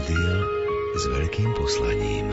Rádio s veľkým poslaním.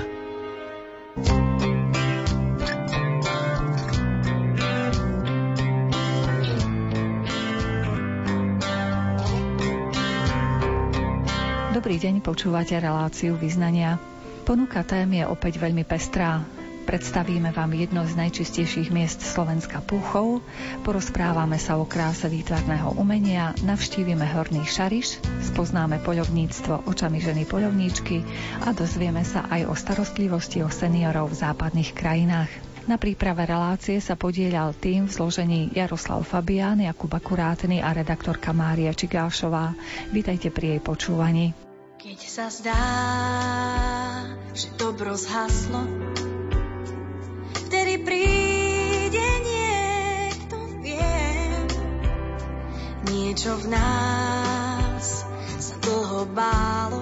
Dobrý deň, počúvate reláciu Vyznania. Ponuka tém je opäť veľmi pestrá. Predstavíme vám jedno z najčistejších miest Slovenska Púchov, porozprávame sa o kráse výtvarného umenia, navštívime Horný Šariš, spoznáme poľovníctvo očami ženy poľovníčky a dozvieme sa aj o starostlivosti o seniorov v západných krajinách. Na príprave relácie sa podieľal tým v zložení Jaroslav Fabián, Jakub Akurátny a redaktorka Mária Čigášová. Vítajte pri jej počúvaní. Keď sa zdá, že dobro zhaslo, vtedy príde niekto, viem. Niečo v nás sa dlho bálo,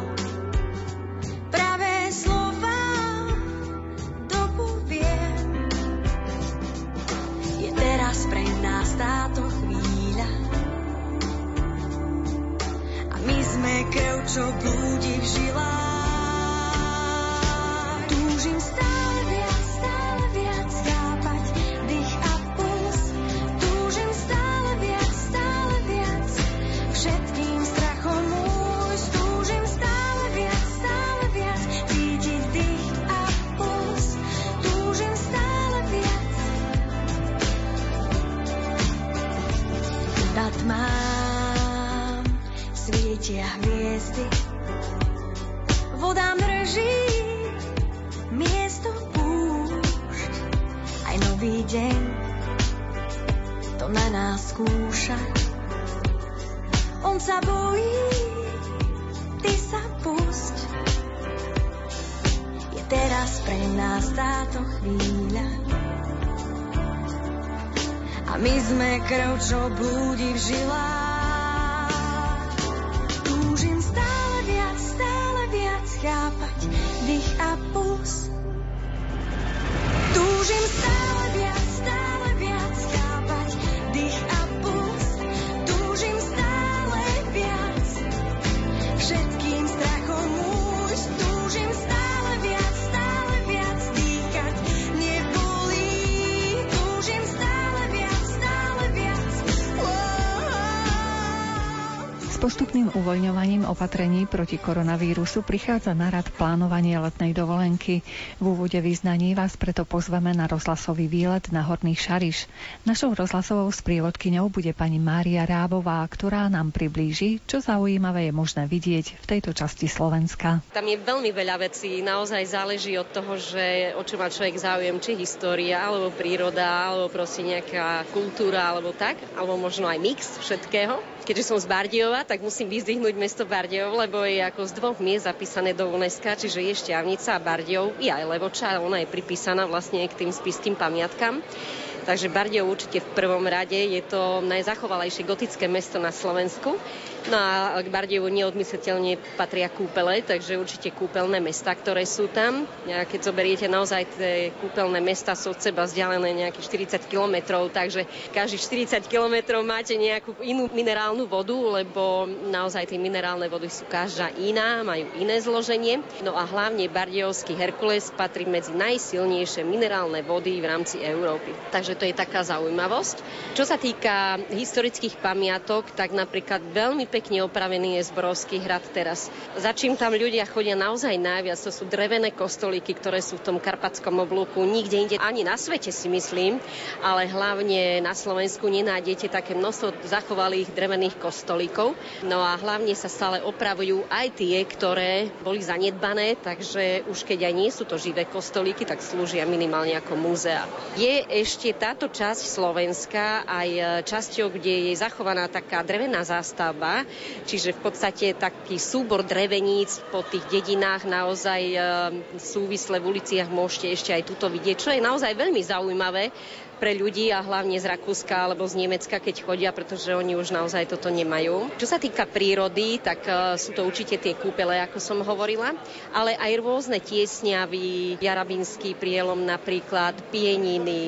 pravé slova dopoviem. Je teraz pre nás táto chvíľa a my sme krv, čo blúdi v žilách. Túžim stále viac chápať dých a puls. Túžim stále viac všetkým strachom újsť. Túžim stále viac cítiť dých a puls. Túžim stále viac. Nad tmám svietia hviezdy, voda mrží miesto púšť. Aj nový deň to na nás skúša. On sa bojí, ty sa pusť. Je teraz pre nás táto chvíľa a my sme krv, čo blúdi v žilách. Túžim stále viac chápať dých a puls. Túžim stále viac chápať dých a puls. Túžim stále viac všetkým strachom újsť. Túžim stále viac dýchať nebolí. Túžim stále viac. S postupným uvoľňovaním opatrení proti koronavírusu prichádza na rad plánovanie letnej dovolenky. V úvode Vyznaní vás preto pozveme na rozhlasový výlet na Horný Šariš. Našou rozhlasovou sprievodkyňou bude pani Mária Rábová, ktorá nám priblíži, čo zaujímavé je možné vidieť v tejto časti Slovenska. Tam je veľmi veľa vecí, naozaj záleží od toho, že o čo má človek záujem, či história, alebo príroda, alebo proste nejaká kultúra, alebo tak, alebo možno aj mix všetkého. Keďže som z Bardejova, tak musím vyzdvihnúť mesto Bardejov, lebo je ako z dvoch miest zapísané do UNESCO, čiže je Štiavnica a Bardejov, i aj Levoča, ona je pripísaná vlastne k tým spišským pamiatkam. Takže Bardejov určite v prvom rade, je to najzachovalejšie gotické mesto na Slovensku. No a k Bardejovu neodmysliteľne patria kúpele, takže určite kúpeľné mestá, ktoré sú tam. A keď zoberiete naozaj tie kúpeľné mestá, sú od seba vzdialené nejakých 40 kilometrov, takže každých 40 kilometrov máte nejakú inú minerálnu vodu, lebo naozaj tie minerálne vody sú každá iná, majú iné zloženie. No a hlavne Bardejovský Herkules patrí medzi najsilnejšie minerálne vody v rámci Európy. Takže to je taká zaujímavosť. Čo sa týka historických pamiatok, tak napríklad veľmi pekne opravený je Zborovský hrad teraz. Za čím tam ľudia chodia naozaj najviac, to sú drevené kostolíky, ktoré sú v tom karpatskom oblúku. Nikde inde, ani na svete si myslím, ale hlavne na Slovensku nenájdete také množstvo zachovalých drevených kostolíkov. No a hlavne sa stále opravujú aj tie, ktoré boli zanedbané, takže už keď aj nie sú to živé kostolíky, tak slúžia minimálne ako múzea. Je ešte táto časť Slovenska aj časťou, kde je zachovaná taká drevená zástavba, čiže v podstate taký súbor dreveníc po tých dedinách naozaj súvisle v uliciach môžete ešte aj tuto vidieť, čo je naozaj veľmi zaujímavé pre ľudí a hlavne z Rakúska alebo z Nemecka, keď chodia, pretože oni už naozaj toto nemajú. Čo sa týka prírody, tak sú to určite tie kúpele, ako som hovorila, ale aj rôzne tiesňavy, Jarabinský prielom napríklad, Pieniny,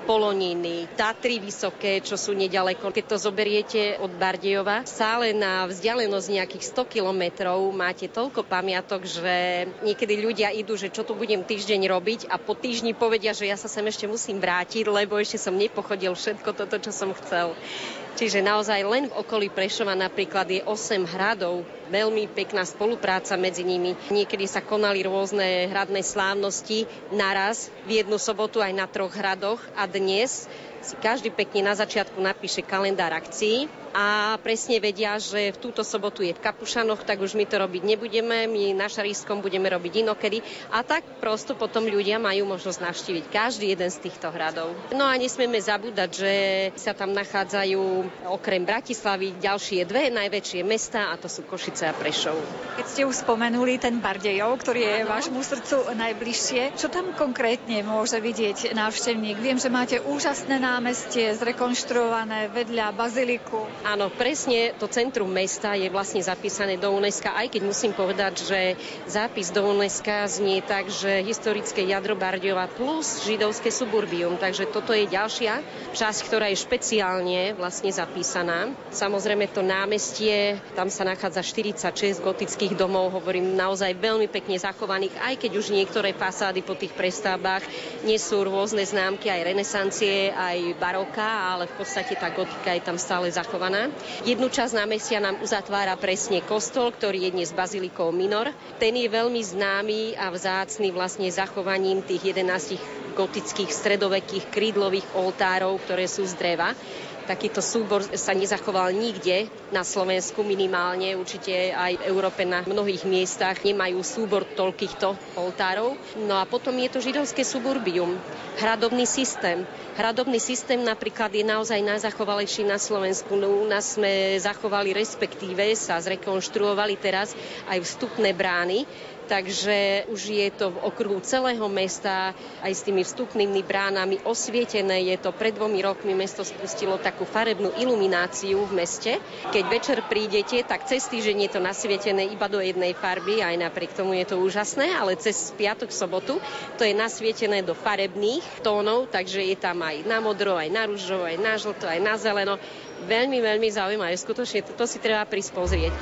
Poloniny, Tatry vysoké, čo sú nedaleko. Keď to zoberiete od Bardejova, stále na vzdialenosť nejakých 100 kilometrov máte toľko pamiatok, že niekedy ľudia idú, že čo tu budem týždeň robiť a po týždni povedia, že ja sa sem ešte musím vrátiť, lebo ešte som nepochodil všetko toto, čo som chcel. Čiže naozaj len v okolí Prešova napríklad je 8 hradov, veľmi pekná spolupráca medzi nimi. Niekedy sa konali rôzne hradné slávnosti naraz v jednu sobotu aj na 3 hradoch a dnes si každý pekne na začiatku napíše kalendár akcií a presne vedia, že v túto sobotu je v Kapušanoch, tak už my to robiť nebudeme, my na Šaríšskom budeme robiť inokedy a tak prosto potom ľudia majú možnosť navštíviť každý jeden z týchto hradov. No a nesmieme zabúdať, že sa tam nachádzajú okrem Bratislavy ďalšie 2 najväčšie mestá a to sú Košice a Prešov. Keď ste už spomenuli ten Bardejov, ktorý je vášmu srdcu najbližšie, čo tam konkrétne môže vidieť návštevník? Viem, že máte úžasné námestie zrekonštruované vedľa baziliku. Áno, presne to centrum mesta je vlastne zapísané do UNESCO, aj keď musím povedať, že zápis do UNESCO znie tak, že historické jadro Bardejova plus židovské suburbium, takže toto je ďalšia časť, ktorá je špeciálne vlastne zapísaná. Samozrejme to námestie, tam sa nachádza 46 gotických domov, hovorím naozaj veľmi pekne zachovaných, aj keď už niektoré fasády po tých prestavbách nesú rôzne známky aj renesancie, aj baroka, ale v podstate tá gotika je tam stále zachovaná. Jednu časť námestia nám uzatvára presne kostol, ktorý je dnes bazilikou Minor. Ten je veľmi známy a vzácny vlastne zachovaním tých 11 gotických stredovekých krídlových oltárov, ktoré sú z dreva. Takýto súbor sa nezachoval nikde na Slovensku minimálne, určite aj v Európe na mnohých miestach nemajú súbor toľkýchto oltárov. No a potom je to židovské suburbium, hradobný systém. Hradobný systém napríklad je naozaj najzachovalejší na Slovensku. No, u nás sme zachovali, respektíve sa zrekonštruovali teraz aj vstupné brány. Takže už je to v okruhu celého mesta aj s tými vstupnými bránami osvietené. Je to pred 2 rokmi mesto spustilo takú farebnú ilumináciu v meste. Keď večer prídete, tak cez týždeň je to nasvietené iba do jednej farby, aj napriek tomu je to úžasné, ale cez piatok, sobotu to je nasvietené do farebných tónov, takže je tam aj na modro, aj na ružovo, aj na žlto, aj na zeleno. Veľmi, veľmi zaujímavé. Skutočne toto si treba prísť pozrieť.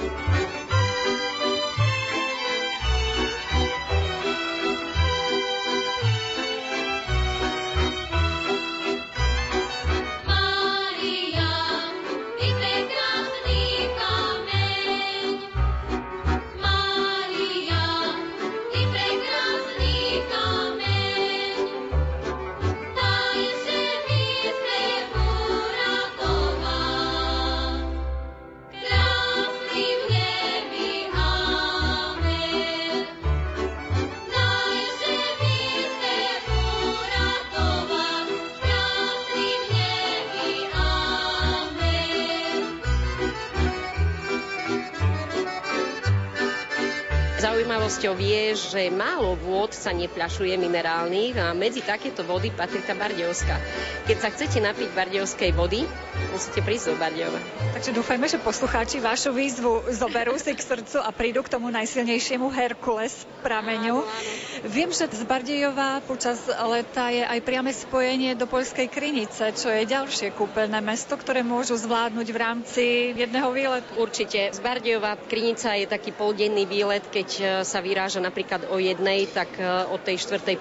Zaujímavosťou je, že málo vôd sa nepľašuje minerálnych a medzi takéto vody patrí tá bardejovská. Keď sa chcete napiť bardejovskej vody, musíte prísť do Bardejova. Takže dúfajme, že poslucháči vašu výzvu zoberú si k srdcu a prídu k tomu najsilnejšiemu Herkules prameňu. Viem, že z Bardejova počas leta je aj priame spojenie do Poľskej Krynice, čo je ďalšie kúpeľné mesto, ktoré môžu zvládnuť v rámci jedného výletu. Určite. Z Bardejova Krynica je taký poldenný výlet, keď sa vyráža napríklad o 1, tak o tej 4:30,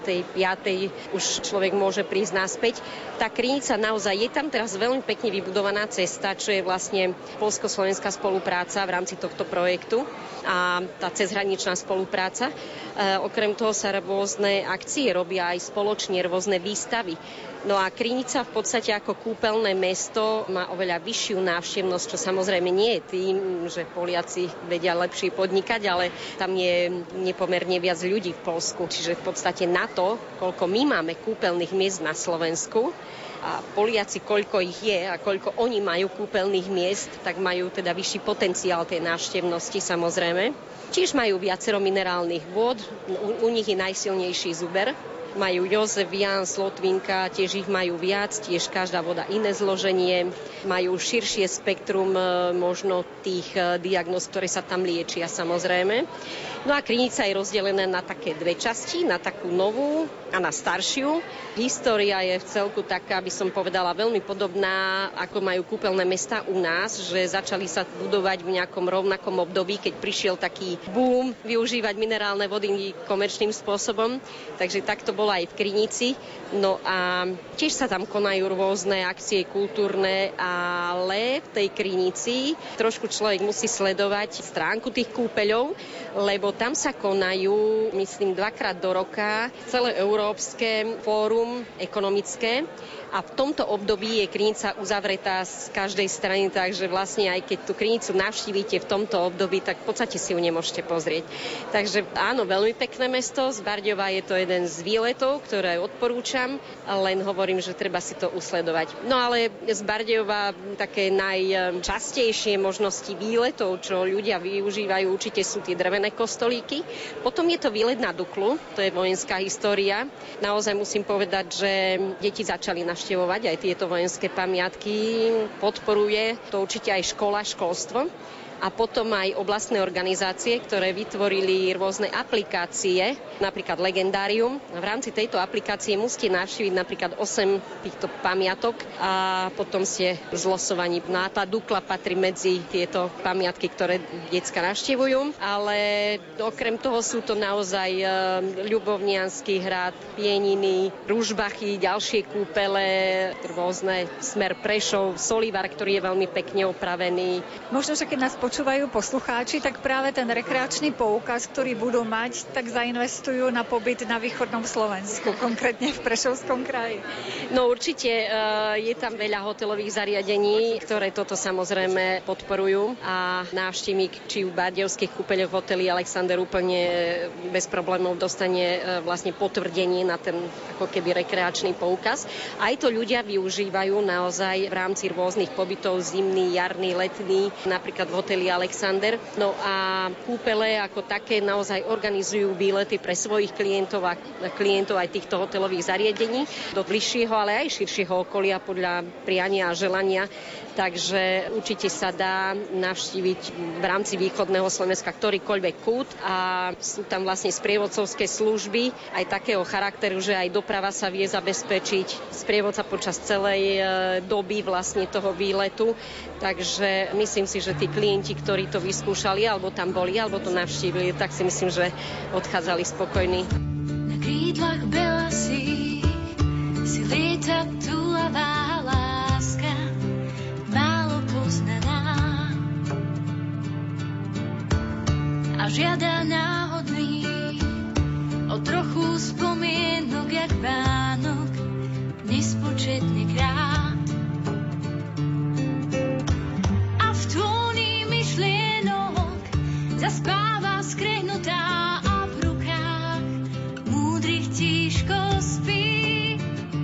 5:00 už človek môže prísť naspäť. Tá Krynica naozaj je tam teraz veľmi pekne vybudovaná cesta, čo je vlastne poľsko-slovenská spolupráca v rámci tohto projektu a tá cezhraničná spolupráca. Okrem toho sa rôzne akcie robia aj spoločne, rôzne výstavy. No a Krynica v podstate ako kúpeľné mesto má oveľa vyššiu návštevnosť, čo samozrejme nie je tým, že Poliaci vedia lepšie podnikať, ale tam je nepomerne viac ľudí v Poľsku. Čiže v podstate na to, koľko my máme kúpeľných miest na Slovensku a Poliaci koľko ich je a koľko oni majú kúpeľných miest, tak majú teda vyšší potenciál tej návštevnosti samozrejme. Tiež majú viacero minerálnych vôd, u nich je najsilnejší Zuber, majú Jozef, Ján, Slotvinka, tiež ich majú viac, tiež každá voda iné zloženie, majú širšie spektrum možno tých diagnóz, ktoré sa tam liečia samozrejme. No a Krynica je rozdelená na také dve časti, na takú novú a na staršiu. História je v celku taká, by som povedala, veľmi podobná, ako majú kúpeľné mestá u nás, že začali sa budovať v nejakom rovnakom období, keď prišiel taký boom využívať minerálne vody komerčným spôsobom. Takže tak to bolo aj v Krynici. No a tiež sa tam konajú rôzne akcie kultúrne, ale v tej Krynici trošku človek musí sledovať stránku tých kúpeľov, lebo tam sa konajú, myslím, 2-krát do roka celé Európske fórum ekonomické a v tomto období je Krynica uzavretá z každej strany, takže vlastne aj keď tú Krynicu navštívite v tomto období, tak v podstate si ju nemôžete pozrieť. Takže áno, veľmi pekné mesto, z Bardejova je to jeden z výletov, ktoré odporúčam, len hovorím, že treba si to usledovať. No ale z Bardejova také najčastejšie možnosti výletov, čo ľudia využívajú, určite sú tie drevené kostolíky. Potom je to výlet na Duklu, to je vojenská história. Naozaj musím povedať, že deti začali navštevovať aj tieto vojenské pamiatky. Podporuje to určite aj školstvo. A potom aj oblastné organizácie, ktoré vytvorili rôzne aplikácie, napríklad Legendárium. V rámci tejto aplikácie musíte navštíviť napríklad 8 týchto pamiatok a potom ste zlosovaní. No a tá Dukla patrí medzi tieto pamiatky, ktoré decka navštevujú. Ale okrem toho sú to naozaj Ľubovniansky hrad, Pieniny, Ružbachy, ďalšie kúpele, rôzne Smer Prešov, Solivar, ktorý je veľmi pekne opravený. Možno, že keď nás počúvajú poslucháči, tak práve ten rekreačný poukaz, ktorý budú mať, tak zainvestujú na pobyt na východnom Slovensku, konkrétne v Prešovskom kraji. No určite je tam veľa hotelových zariadení, ktoré toto samozrejme podporujú a návštevník či v bardejovských kúpeľoch v hoteli Alexander úplne bez problémov dostane vlastne potvrdenie na ten ako keby rekreačný poukaz. Aj to ľudia využívajú naozaj v rámci rôznych pobytov zimný, jarný, letný, napríklad v hoteli Alexander. No a kúpele ako také naozaj organizujú výlety pre svojich klientov a klientov aj týchto hotelových zariadení do bližšieho, ale aj širšieho okolia podľa priania a želania. Takže určite sa dá navštíviť v rámci východného Slovenska ktorýkoľvek kút a sú tam vlastne sprievodcovské služby aj takého charakteru, že aj doprava sa vie zabezpečiť, sprievodca počas celej doby vlastne toho výletu. Takže myslím si, že tí klienti, ktorí to vyskúšali, alebo tam boli, alebo to navštívili, tak si myslím, že odchádzali spokojní. Na krídlach belasí si lieta túlavá láska, málo poznaná a žiada náhodný o trochu spomienok jak Vánok nespočetne krát. Zaspáva skrehnutá a v rukách múdrych tížko spí.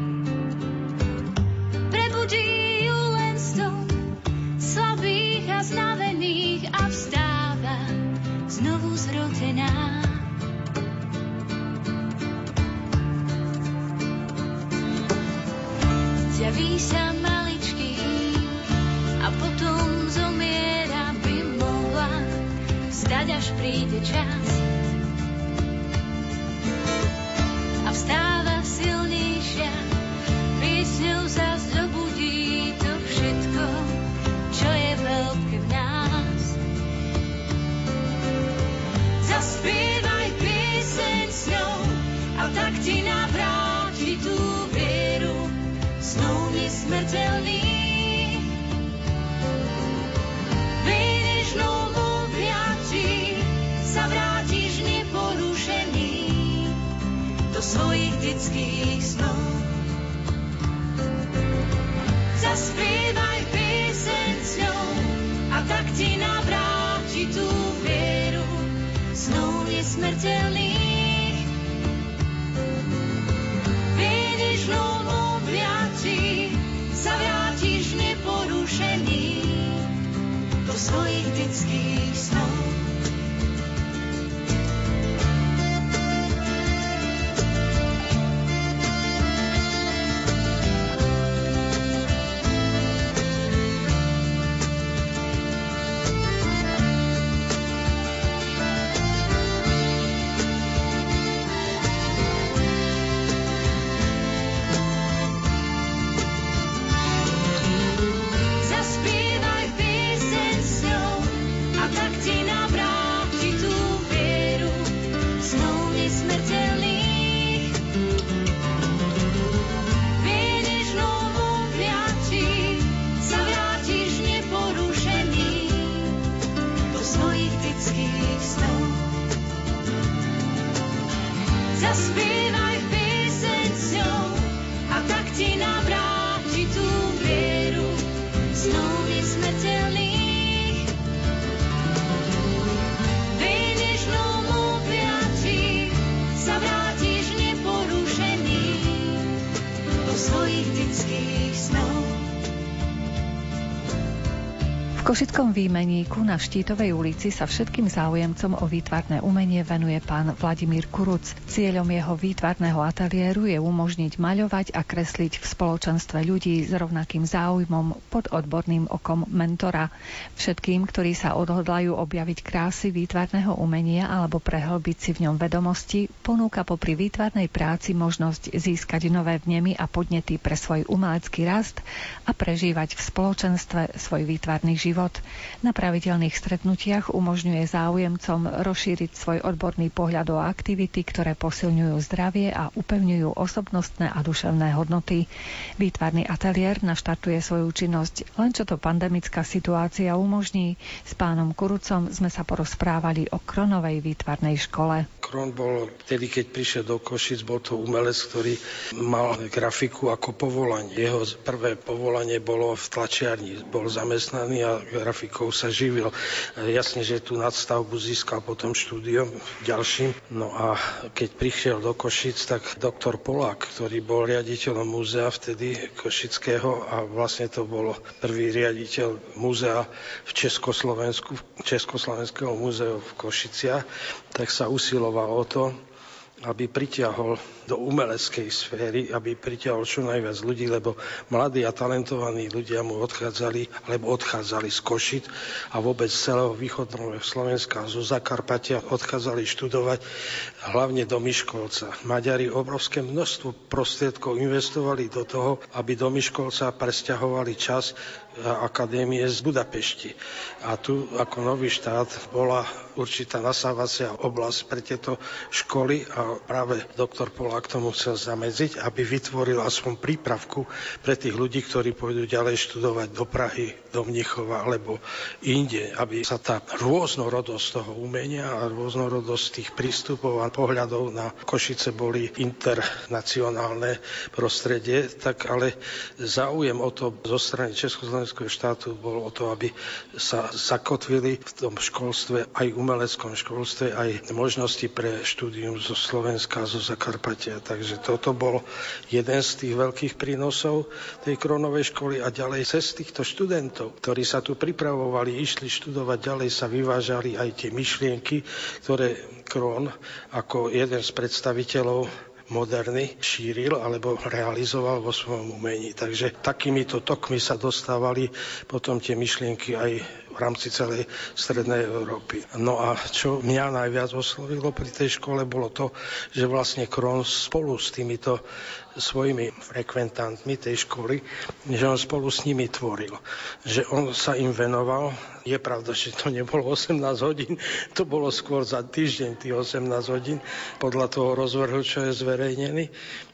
Prebudí ju len stom slabých a znavených a vstáva znovu zrodená. Zjaví sa maličký a potom zomiera, by mohla vstať, až príde čas. A vstáva silnejšia, piesňou sa zobudí to všetko, čo je veľké v nás. Zaspievaj pieseň s ňou a tak ti navráti tú vieru snou nesmrteľných. Do svojich detských snov. Zaspievaj pieseň s ňou a tak ti navráti tú vieru snou nesmrteľných. V nežnom objatí sa vrátiš neporušený do svojich detských snov. Košickom výmeníku na Štítovej ulici sa všetkým záujemcom o výtvarné umenie venuje pán Vladimír Kuruc. Cieľom jeho výtvarného ateliéru je umožniť maľovať a kresliť v spoločenstve ľudí s rovnakým záujmom pod odborným okom mentora. Všetkým, ktorí sa odhodlajú objaviť krásy výtvarného umenia alebo prehlbiť si v ňom vedomosti, ponúka popri výtvarnej práci možnosť získať nové vnemy a podnety pre svoj umelecký rast a prežívať v spoločenstve svoj výtvarný život. Na pravidelných stretnutiach umožňuje záujemcom rozšíriť svoj odborný pohľad o aktivity, ktoré posilňujú zdravie a upevňujú osobnostné a duševné hodnoty. Výtvarný ateliér naštartuje svoju činnosť, len čo to pandemická situácia umožní. S pánom Kurucom sme sa porozprávali o Kronovej výtvarnej škole. Kron bol vtedy, keď prišiel do Košic, bol to umelec, ktorý mal grafiku ako povolanie. Jeho prvé povolanie bolo v tlačiarni. Bol zamestnaný a grafikou sa živil. Jasne, že tú nadstavbu získal potom štúdiom ďalším. No a keď prišiel do Košic, tak doktor Polák, ktorý bol riaditeľom múzea vtedy košického a vlastne to bol prvý riaditeľ múzea v Československu, Československého múzea v Košiciach, tak sa usiloval o to, aby pritiahol do umeleckej sféry, aby pritiahol čo najviac ľudí, lebo mladí a talentovaní ľudia mu odchádzali z Košic a vôbec z celého východného Slovenska, zo Zakarpatia odchádzali študovať hlavne do Miškolca. Maďari obrovské množstvo prostriedkov investovali do toho, aby do Miškolca presťahovali čas akadémie z Budapešti. A tu ako nový štát bola určitá nasávacia oblasť pre tieto školy a práve doktor Polák tomu chcel zamedziť, aby vytvoril aspoň prípravku pre tých ľudí, ktorí pôjdu ďalej študovať do Prahy, do Mnichova alebo inde, aby sa tá rôznorodosť toho umenia a rôznorodosť tých prístupov a pohľadov na Košice boli internacionálne prostredie, tak ale záujem o to zo strany Československého štátu bol o to, aby sa zakotvili v tom školstve, aj umeleckom školstve, aj možnosti pre štúdium zo Slovenska, zo Zakarpatia. Takže toto bol jeden z tých veľkých prínosov tej Kronovej školy a ďalej cez týchto študentov, ktorí sa tu pripravovali, išli študovať ďalej, sa vyvážali aj tie myšlienky, ktoré Kron ako jeden z predstaviteľov moderny šíril alebo realizoval vo svojom umení. Takže takýmito tokmi sa dostávali potom tie myšlienky aj v rámci celej strednej Európy. No a čo mňa najviac oslovilo pri tej škole bolo to, že vlastne Kron spolu s týmito svojimi frekventantmi tej školy, že on spolu s nimi tvoril. Že on sa im venoval. Je pravda, že to nebolo 18 hodín, to bolo skôr za týždeň tých 18 hodín, podľa toho rozvrhu, čo je zverejnený.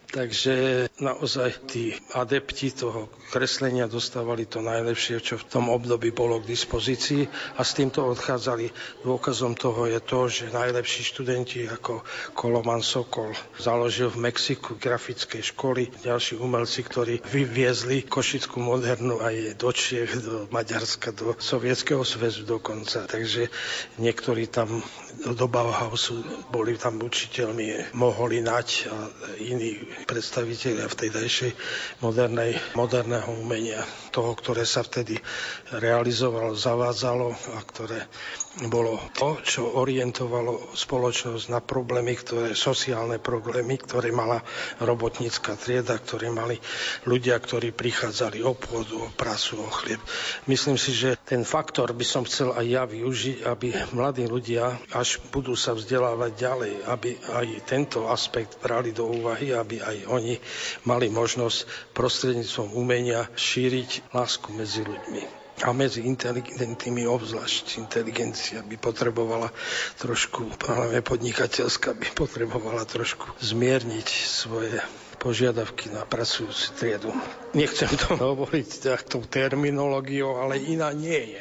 Takže naozaj tí adepti toho kreslenia dostávali to najlepšie, čo v tom období bolo k dispozícii a s týmto odchádzali. Dôkazom toho je to, že najlepší študenti ako Koloman Sokol založil v Mexiku grafické školy, ďalší umelci, ktorí vyviezli košickú modernu aj do Čiech, do Maďarska, do Sovietskeho zväzu dokonca. Takže niektorí tam do Bauhausu boli tam učiteľmi Moholi Nať a iní predstavitelia v tej dajšej moderného umenia, toho, ktoré sa vtedy realizovalo, zavádzalo a ktoré bolo to, čo orientovalo spoločnosť na problémy, sociálne problémy, ktoré mala robotnícka trieda, ktoré mali ľudia, ktorí prichádzali o pôdu, o pracu, o chlieb. Myslím si, že ten faktor by som chcel aj ja využiť, aby mladí ľudia, až budú sa vzdelávať ďalej, aby aj tento aspekt brali do úvahy, aby aj oni mali možnosť prostredníctvom umenia šíriť lásku medzi ľuďmi. A medzi inteligentnými obzvlášť. Inteligencia by potrebovala trošku, práve podnikateľská by potrebovala trošku zmierniť svoje požiadavky na pracujúcu triedu. Nechcem to hovoriť taktou terminológiou, ale iná nie je.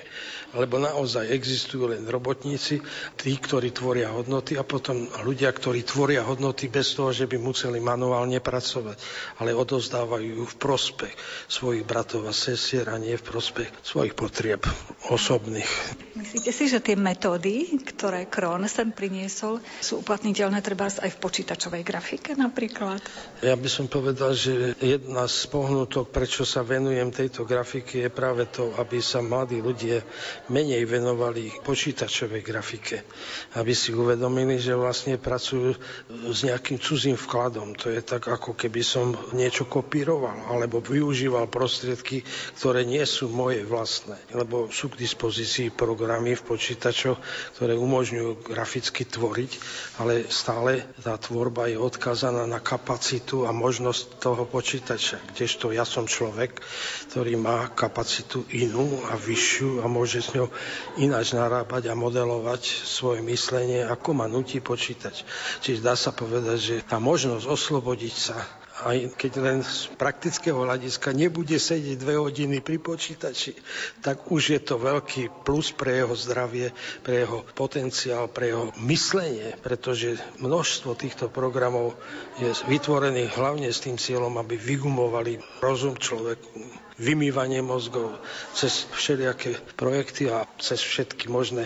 lebo naozaj existujú len robotníci, tí, ktorí tvoria hodnoty a potom ľudia, ktorí tvoria hodnoty bez toho, že by museli manuálne pracovať, ale odovzdávajú ju v prospech svojich bratov a sestier a nie v prospech svojich potrieb osobných. Myslíte si, že tie metódy, ktoré Krohn sem priniesol, sú uplatniteľné trebárs aj v počítačovej grafike napríklad? Ja by som povedal, že jedna z pohnutok, prečo sa venujem tejto grafike, je práve to, aby sa mladí ľudia menej venovali počítačovej grafike. Aby si uvedomili, že vlastne pracujú s nejakým cudzým vkladom. To je tak, ako keby som niečo kopíroval alebo využíval prostriedky, ktoré nie sú moje vlastné. Lebo sú k dispozícii programy v počítačoch, ktoré umožňujú graficky tvoriť, ale stále tá tvorba je odkázaná na kapacitu a možnosť toho počítača. Kdežto ja som človek, ktorý má kapacitu inú a vyššiu a môže s ňou ináč narábať a modelovať svoje myslenie, ako ma nutí počítač. Čiže dá sa povedať, že tá možnosť oslobodiť sa, aj keď len z praktického hľadiska nebude sedieť 2 hodiny pri počítači, tak už je to veľký plus pre jeho zdravie, pre jeho potenciál, pre jeho myslenie, pretože množstvo týchto programov je vytvorených hlavne s tým cieľom, aby vygumovali rozum človeku, vymývanie mozgov cez všelijaké projekty a cez všetky možné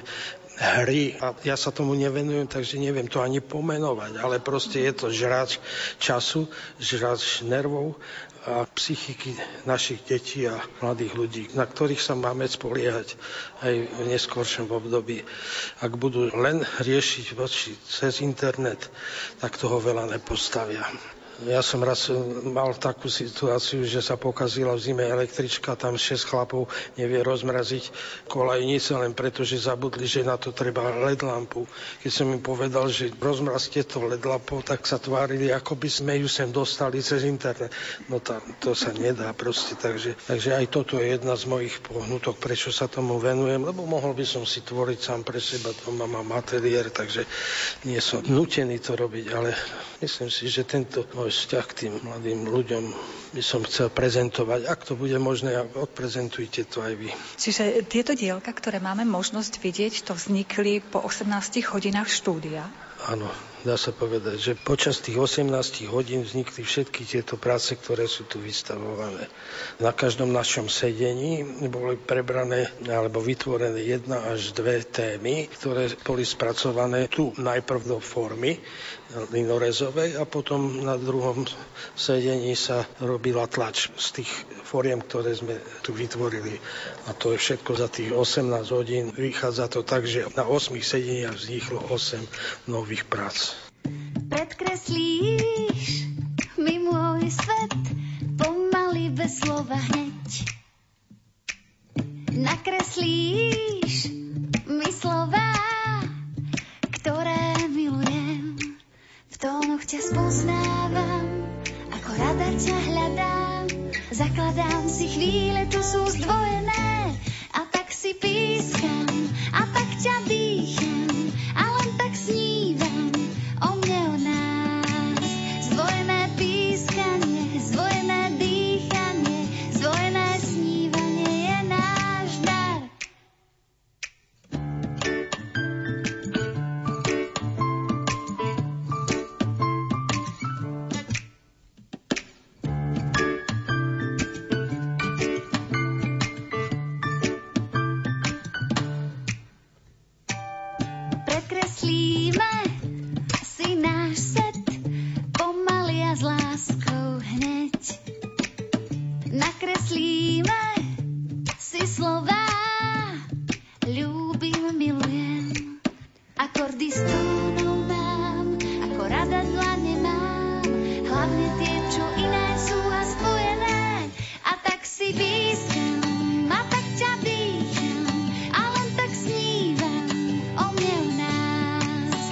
hry a ja sa tomu nevenujem, takže neviem to ani pomenovať, ale proste je to žráč času, žráč nervov a psychiky našich detí a mladých ľudí, na ktorých sa máme spoliehať aj v neskôršom období. Ak budú len riešiť voči cez internet, tak toho veľa nepostavia. Ja som raz mal takú situáciu, že sa pokazila v zime električka, tam 6 chlapov nevie rozmraziť kolajnice len preto, že zabudli, že na to treba LED lampu. Keď som im povedal, že rozmrazte to LED lampou, tak sa tvárili, ako by sme ju sem dostali cez internet. No to sa nedá proste, takže aj toto je jedna z mojich pohnutok, prečo sa tomu venujem, lebo mohol by som si tvoriť sám pre seba, doma mám ateliér, takže nie som nutený to robiť, ale myslím si, že tento môj vzťah k tým mladým ľuďom by som chcel prezentovať. Ak to bude možné, odprezentujte to aj vy. Čiže tieto dielka, ktoré máme možnosť vidieť, to vznikli po 18 hodinách štúdia? Áno, dá sa povedať, že počas tých 18 hodín vznikli všetky tieto práce, ktoré sú tu vystavované. Na každom našom sedení boli prebrané alebo vytvorené 1 až 2 témy, ktoré boli spracované tu najprv do formy linorezovej a potom na druhom sedení sa robila tlač z tých foriem, ktoré sme tu vytvorili. A to je všetko za tých 18 hodín. Vychádza to tak, že na 8 sedeniach vzniklo 8 nových prác. Predkreslíš mi môj svet pomaly bez slova hneď. Nakreslíš mi slová, ktoré milujem. V tónoch ťa spoznávam, ako rada ťa hľadám. Zakladám si chvíle, tu sú zdvojené, a tak si pískam, a tak ťa dýcham, a len tak snívam o mne, o nás. Zdvojené pískanie, zdvojené dýchanie, zdvojené snívanie je náš dar. Predkreslíme si náš set pomaly a s láskou hneď. Nakreslíme si slová, ľúbim, milujem. Akordy s tónou mám, ako rada dlane mám, hlavne tie, čo iné sú a spojené. A tak si pískam, a tak ťa dýcham, a len tak snívam o mne, o nás.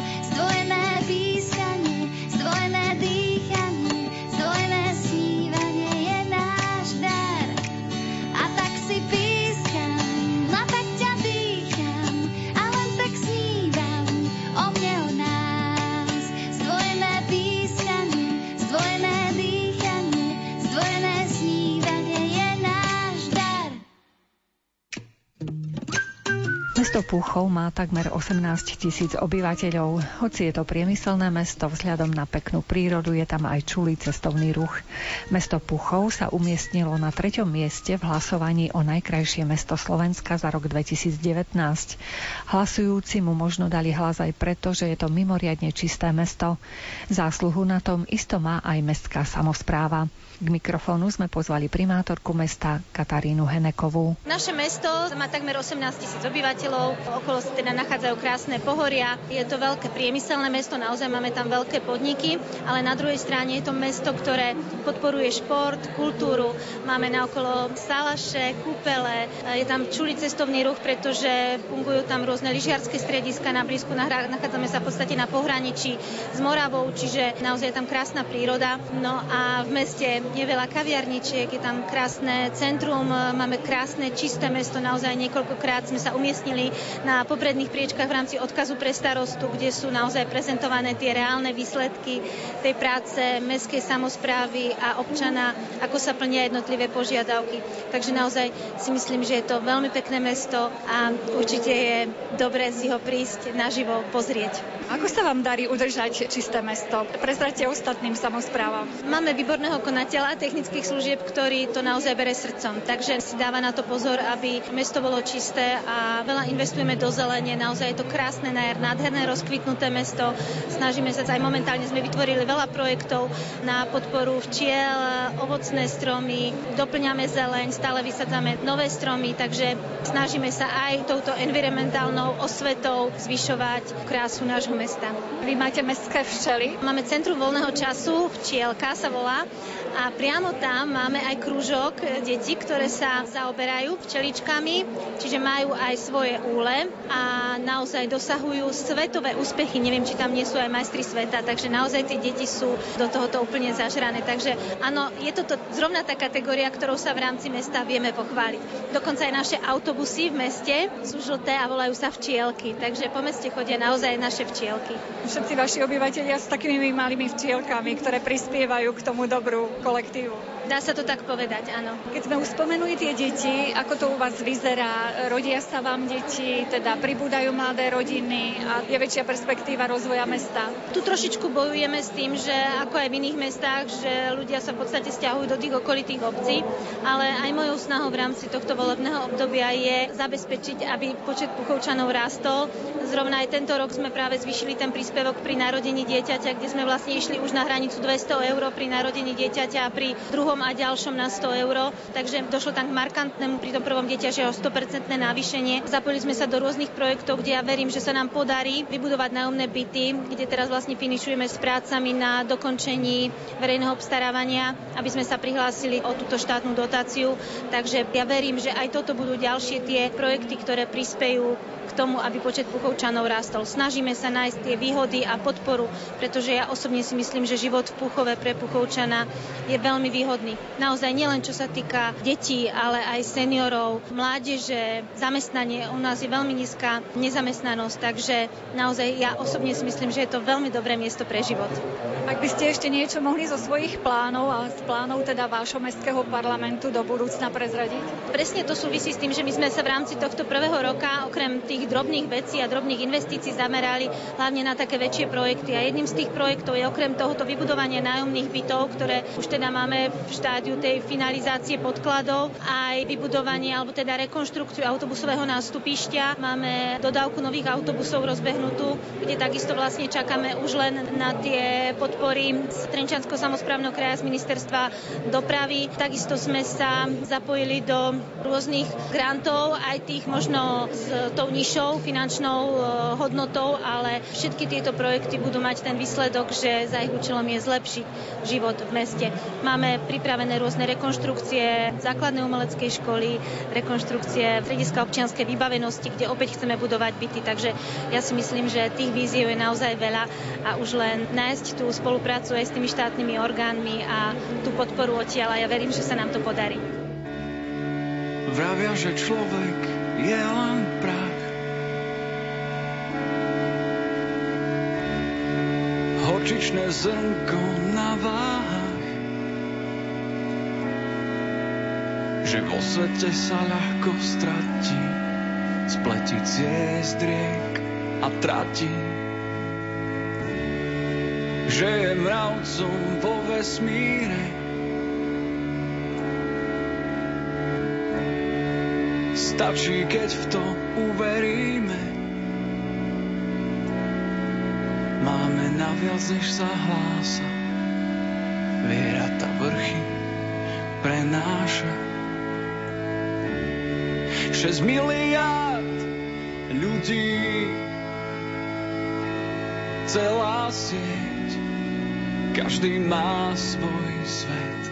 Mesto Púchov má takmer 18 000 obyvateľov. Hoci je to priemyselné mesto, vzhľadom na peknú prírodu je tam aj čulý cestovný ruch. Mesto Púchov sa umiestnilo na 3. mieste v hlasovaní o najkrajšie mesto Slovenska za rok 2019. Hlasujúci mu možno dali hlas aj preto, že je to mimoriadne čisté mesto. Zásluhu na tom isto má aj mestská samospráva. K mikrofónu sme pozvali primátorku mesta Katarínu Henekovú. Naše mesto má takmer 18 000 obyvateľov, okolo sa teda nachádzajú krásne pohoria. Je to veľké priemyselné mesto, naozaj máme tam veľké podniky, ale na druhej strane je to mesto, ktoré podporuje šport, kultúru. Máme naokolo salaše, kúpele, je tam čulý cestovný ruch, pretože fungujú tam rôzne lyžiarske strediska na blízku, nachádzame sa v podstate na pohraničí s Moravou, čiže naozaj je tam krásna príroda. No a v meste je veľa kaviarničiek, je tam krásne centrum, máme krásne čisté mesto, naozaj niekoľkokrát sme sa umiestnili na popredných priečkách v rámci odkazu pre starostu, kde sú naozaj prezentované tie reálne výsledky tej práce mestskej samosprávy a občana, ako sa plnia jednotlivé požiadavky. Takže naozaj si myslím, že je to veľmi pekné mesto a určite je dobré si ho prísť naživo pozrieť. Ako sa vám darí udržať čisté mesto? Prezraďte ostatným samosprávam. Máme výborného konateľa technických služieb, ktorý to naozaj bere srdcom, takže si dáva na to pozor, aby mesto bolo čisté a veľa investujeme do zelene. Naozaj je to krásne, nádherné, rozkvitnuté mesto. Snažíme sa aj momentálne sme vytvorili veľa projektov na podporu včiel, ovocné stromy, doplňame zeleň, stále vysadzame nové stromy, takže snažíme sa aj touto environmentálnou osvetou zvyšovať krásu nášho mesta. Vy máte mestské včely? Máme centrum voľného času, včielka sa volá, a priamo tam máme aj krúžok detí, ktoré sa zaoberajú včeličkami, čiže majú aj svoje úle a naozaj dosahujú svetové úspechy. Neviem, či tam nie sú aj majstri sveta, takže naozaj tie deti sú do tohoto úplne zažrané. Takže áno, je toto zrovna tá kategória, ktorou sa v rámci mesta vieme pochváliť. Dokonca aj naše autobusy v meste sú žlté a volajú sa včielky, takže po meste chodia naozaj naše včielky. Všetci vaši obyvatelia s takými malými včielkami, ktoré prispievajú k tomu dobru kolektívu. Dá sa to tak povedať, áno. Keď sme už spomenuli tie deti, ako to u vás vyzerá? Rodia sa vám deti, teda pribúdajú mladé rodiny a je väčšia perspektíva rozvoja mesta? Tu trošičku bojujeme s tým, že ako aj v iných mestách, že ľudia sa v podstate sťahujú do tých okolitých obcí, ale aj mojou snahou v rámci tohto volebného obdobia je zabezpečiť, aby počet Puchovčanov rástol. Zrovna aj tento rok sme práve zvýšili ten príspevok pri narodení dieťaťa, kde sme vlastne išli už na hranicu 200 € pri narodení dieťaťa a pri druhom a ďalšom na 100 €. Takže došlo tam k markantnému pri tom prvom dieťaťa o 100% navýšenie. Zapojili sme sa do rôznych projektov, kde ja verím, že sa nám podarí vybudovať nájomné byty, kde teraz vlastne finišujeme s prácami na dokončení verejného obstarávania, aby sme sa prihlásili o túto štátnu dotáciu. Takže ja verím, že aj toto budú ďalšie tie projekty, ktoré prispejú k tomu, aby počet Puchovčanov rástol. Snažíme sa nájsť tie výhody a podporu, pretože ja osobne si myslím, že život v Púchove pre Puchovčana je veľmi výhodný. Naozaj nielen čo sa týka detí, ale aj seniorov, mládeže, zamestnanie. U nás je veľmi nízka nezamestnanosť, takže naozaj ja osobne si myslím, že je to veľmi dobré miesto pre život. Ak by ste ešte niečo mohli zo svojich plánov a z plánov teda vášho mestského parlamentu do budúcna prezradiť? Presne to súvisí s tým, že my sme sa v rámci tohto prvého roka okrem tých drobných vecí a drobných investícií zamerali hlavne na také väčšie projekty. A jedným z tých projektov je okrem tohoto vybudovania nájomných bytov, ktoré už teda máme v štádiu tej finalizácie podkladov, aj vybudovanie alebo teda rekonštrukciu autobusového nástupišťa. Máme dodávku nových autobusov rozbehnutú, kde takisto vlastne čakáme už len na tie podpory z Trenčianskeho samosprávneho kraja z ministerstva dopravy. Takisto sme sa zapojili do rôznych grantov, aj tých možno s tou nižšou finančnou hodnotou, ale všetky tieto projekty budú mať ten výsledok, že za ich účelom je zlepšiť život v meste. Máme pripravené rôzne rekonštrukcie základnej umeleckej školy, rekonštrukcie strediska občianskej vybavenosti, kde opäť chceme budovať byty, takže ja si myslím, že tých víziev je naozaj veľa a už len nájsť tú spoluprácu aj s tými štátnymi orgánmi a tú podporu odtiaľ a ja verím, že sa nám to podarí. Vravia, že človek je len prach. Horčičné zrnko na váhach, že vo svete sa ľahko stratí. spleti ciest riek a trati, že je mravcom vo vesmíre. Stačí, keď v to uveríme. Máme naviac, než sa hlása. Viera tá vrchy prenáša. 6 miliárd ľudí, celá sieť, každý má svoj svet.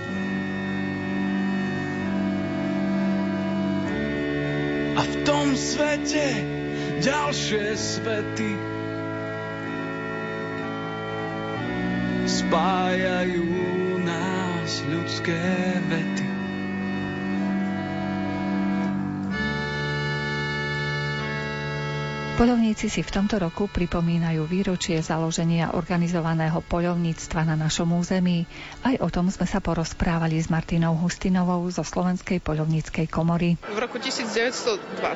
A v tom svete ďalšie svety spájajú nás ľudské vety. Poľovníci si v tomto roku pripomínajú výročie založenia organizovaného poľovníctva na našom území. Aj o tom sme sa porozprávali s Martinou Hustinovou zo Slovenskej poľovníckej komory. V roku 1920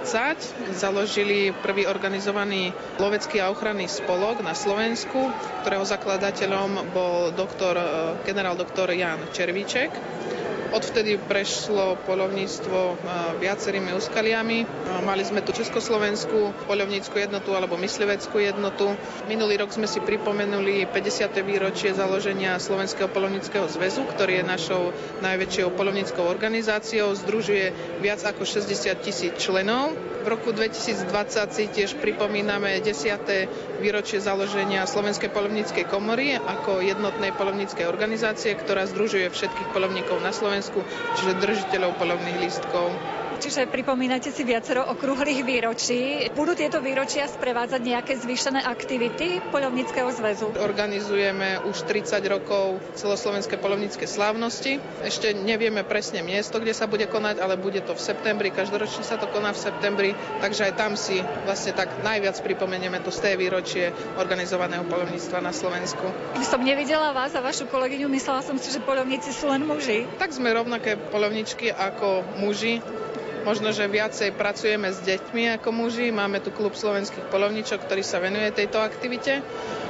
založili prvý organizovaný lovecký a ochranný spolok na Slovensku, ktorého zakladateľom bol generál doktor Ján Červíček. Odvtedy prešlo poľovníctvo viacerými úskaliami. Mali sme tu Československú poľovnícku jednotu alebo mysliveckú jednotu. Minulý rok sme si pripomenuli 50. výročie založenia Slovenského poľovníckeho zväzu, ktorý je našou najväčšou poľovníckou organizáciou. Združuje viac ako 60,000 členov. V roku 2020 si tiež pripomíname 10. výročie založenia Slovenskej poľovníckej komory ako jednotnej poľovníckej organizácie, ktorá združuje všetkých poľovníkov na Slovensku, čiže držiteľov poľovných lístkov. Čiže pripomínate si viacero okrúhlych výročí. Budú tieto výročia sprevádzať nejaké zvýšené aktivity Poľovníckeho zväzu? Organizujeme už 30 rokov celoslovenské poľovnícke slávnosti. Ešte nevieme presne miesto, kde sa bude konať, ale bude to v septembri. Každoročne sa to koná v septembri, takže aj tam si vlastne tak najviac pripomenieme to 100. výročie organizovaného poľovníctva na Slovensku. Keď som nevidela vás a vašu kolegyňu, myslela som si, že poľovníci sú len muži. Tak sme rovnaké poľovničky ako muži. Možno, že viacej pracujeme s deťmi ako muži. Máme tu klub slovenských poľovníčok, ktorý sa venuje tejto aktivite.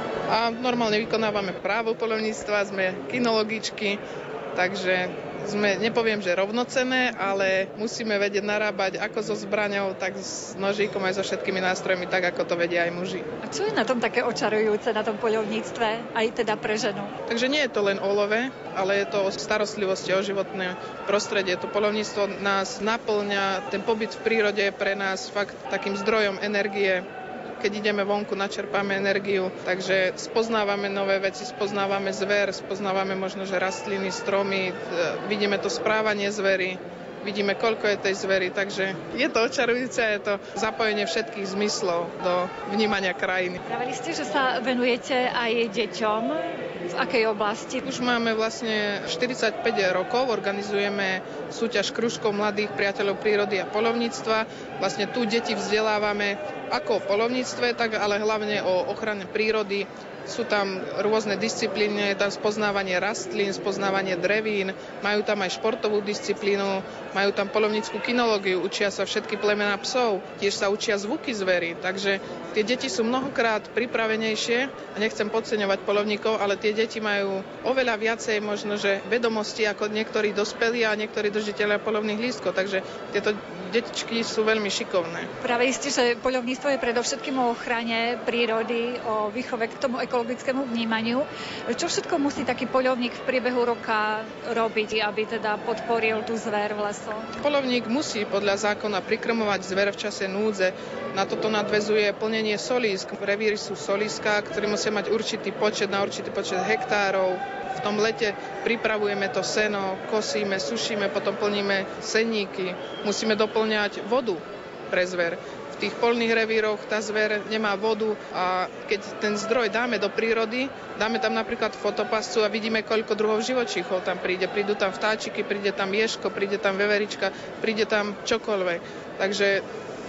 A normálne vykonávame právo poľovníctva, sme kinologičky, takže sme, nepoviem, že rovnocenné, ale musíme vedieť narábať ako so zbraňou, tak s nožíkom aj so všetkými nástrojmi, tak ako to vedia aj muži. A čo je na tom také očarujúce, na tom poľovníctve, aj teda pre ženu? Takže nie je to len o love, ale je to o starostlivosti o životné prostredie. To poľovníctvo nás naplňa, ten pobyt v prírode je pre nás fakt takým zdrojom energie. Keď ideme vonku, načerpáme energiu, takže spoznávame nové veci, spoznávame zver, spoznávame možno, že rastliny, stromy, vidíme to správanie zvery, vidíme, koľko je tej zvery, takže je to očarujúce a je to zapojenie všetkých zmyslov do vnímania krajiny. Pravili ste, že sa venujete aj deťom. V akej oblasti? Už máme vlastne 45 rokov, organizujeme súťaž krúžkov mladých priateľov prírody a poľovníctva. Vlastne tu deti vzdelávame ako o poľovníctve, tak ale hlavne o ochrane prírody. Sú tam rôzne disciplíny, je tam spoznávanie rastlín, spoznávanie drevín, majú tam aj športovú disciplínu, majú tam poľovnícku kinológiu, učia sa všetky plemená psov, tiež sa učia zvuky zvery, takže tie deti sú mnohokrát pripravenejšie, a nechcem podceňovať poľovníkov, ale tie deti majú oveľa viacej možno, že vedomosti ako niektorí dospelí a niektorí držiteľia poľovných lístkov, takže tieto detičky sú veľmi šikovné. Práve ste, že poľovníctvo je predovšetkým o ochrane prírody, o výchove k tomu ekologickému vnímaniu. Čo všetko musí taký poľovník v priebehu roka robiť, aby teda podporil tú zver v lesoch? Poľovník musí podľa zákona prikrmovať zver v čase núdze. Na toto nadväzuje plnenie solísk. Revíry sú solíska, ktoré musia mať určitý počet na určitý počet hektárov. V tom lete pripravujeme to seno, kosíme, sušíme, potom plníme senníky. Musíme doplňať vodu pre zver. V tých poľných revíroch tá zver nemá vodu a keď ten zdroj dáme do prírody, dáme tam napríklad fotopascu a vidíme, koľko druhov živočíchov tam príde. Prídu tam vtáčiky, príde tam ježko, príde tam veverička, príde tam čokoľvek. Takže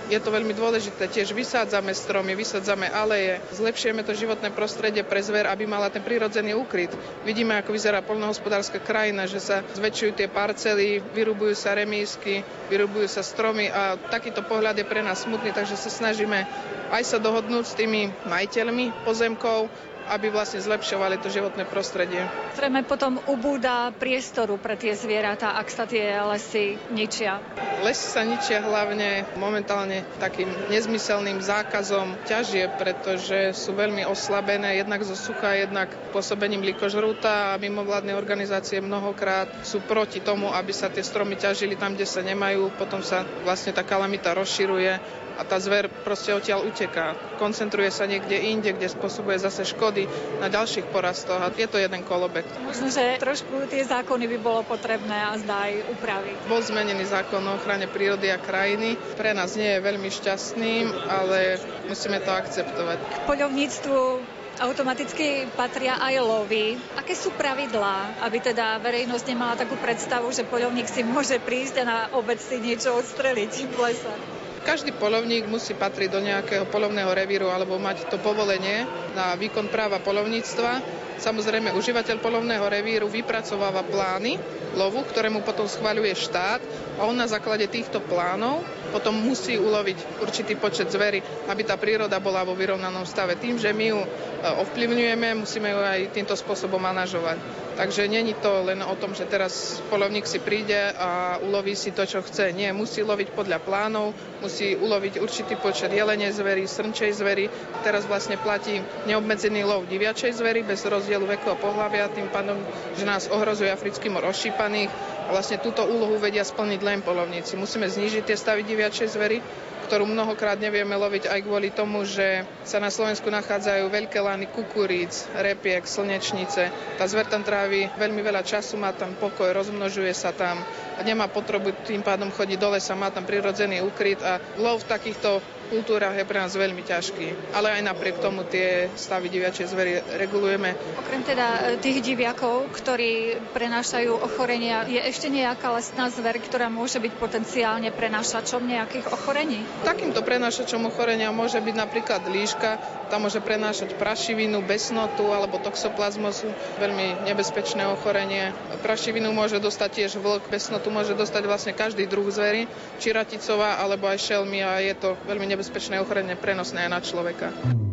Je to veľmi dôležité, tiež vysádzame stromy, vysádzame aleje, zlepšujeme to životné prostredie pre zver, aby mala ten prirodzený úkryt. Vidíme, ako vyzerá poľnohospodárska krajina, že sa zväčšujú tie parcely, vyrubujú sa remísky, vyrubujú sa stromy a takýto pohľad je pre nás smutný, takže sa snažíme aj sa dohodnúť s tými majiteľmi pozemkov, aby vlastne zlepšovali to životné prostredie. Zrejme potom ubúda priestoru pre tie zvieratá, ak sa tie lesy ničia. Lesy sa ničia hlavne momentálne takým nezmyselným zákazom ťažie, pretože sú veľmi oslabené, jednak zo sucha, jednak pôsobením lýkožrúta a mimovládne organizácie mnohokrát sú proti tomu, aby sa tie stromy ťažili tam, kde sa nemajú. Potom sa vlastne tá kalamita rozširuje a tá zver proste odtiaľ uteká. Koncentruje sa niekde inde, kde spôsobuje zase škody na ďalších porastoch a je to jeden kolobek. Možno, že trošku tie zákony by bolo potrebné a zdá aj upraviť. Bol zmenený zákon o ochrane prírody a krajiny. Pre nás nie je veľmi šťastným, ale musíme to akceptovať. K poľovníctvu automaticky patria aj lovy. Aké sú pravidlá, aby teda verejnosť nemala takú predstavu, že poľovník si môže prísť a na obed si niečo odstreliť v lese? Každý poľovník musí patriť do nejakého poľovného revíru alebo mať to povolenie na výkon práva poľovníctva. Samozrejme, užívateľ poľovného revíru vypracováva plány lovu, ktoré mu potom schvaľuje štát a on na základe týchto plánov potom musí uloviť určitý počet zvery, aby tá príroda bola vo vyrovnanom stave. Tým, že my ju ovplyvňujeme, musíme ju aj týmto spôsobom manažovať. Takže není to len o tom, že teraz poľovník si príde a uloví si to, čo chce. Nie, musí loviť podľa plánov, musí uloviť určitý počet jelenej zvery, srnčej zvery. Teraz vlastne platí neobmedzený lov diviačej zvery bez rozdielu veku a pohlavia, tým pádom, že nás ohrozuje africký mor ošípaných. A vlastne túto úlohu vedia splniť len poľovníci. Musíme znížiť tie stavy diviačej zvery, ktorú mnohokrát nevieme loviť aj kvôli tomu, že sa na Slovensku nachádzajú veľké lany kukuríc, repiek, slnečnice. Tá zver tam trávi veľmi veľa času, má tam pokoj, rozmnožuje sa tam a nemá potrebu tým pádom chodiť do lesa, má tam prirodzený úkryt a lov v takýchto kultúrach je pre nás veľmi ťažký. Ale aj napriek tomu tie stavy diviačej zvery regulujeme. Okrem teda tých diviakov, ktorí prenášajú ochorenia, je ešte nejaká lesná zver, ktorá môže byť potenciálne prenášačom nejakých ochorení? Takýmto prenášačom ochorenia môže byť napríklad líška, tá môže prenášať prašivinu, besnotu alebo toxoplazmosu, veľmi nebezpečné ochorenie. Prašivinu môže dostať tiež vlk, besnotu môže dostať vlastne každý druh zvery, či raticová alebo aj šelmy a je to veľmi nebezpečné ochorenie prenosné aj na človeka.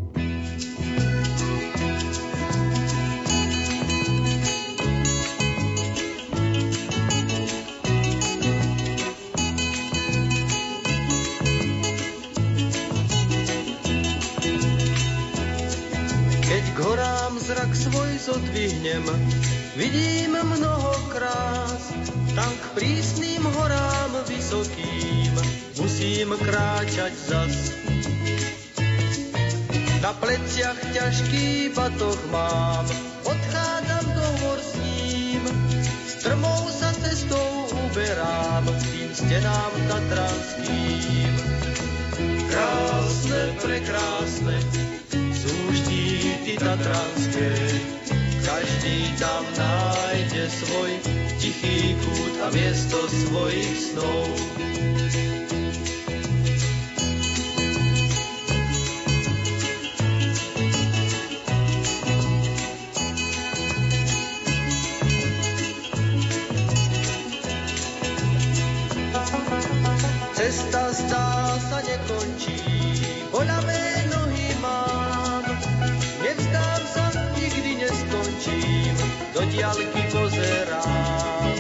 Keď k horám zrak svoj zodvihnem, vidím mnoho krás, tam k prísnym horám vysokým musím kráčať zas. Na pleciach ťažký batoh mám, odchádzam do hor s ním, strmou sa cestou uberám k tým stenám tatranským. Krásne, prekrásne sú štíty tatranské, každý tam nájde svoj tichý kút a miesto svojich snov. Cesta zdá sa nekončí, boľavé nohy mám, nevzdám sa, nikdy neskončím, do diaľky pozerám.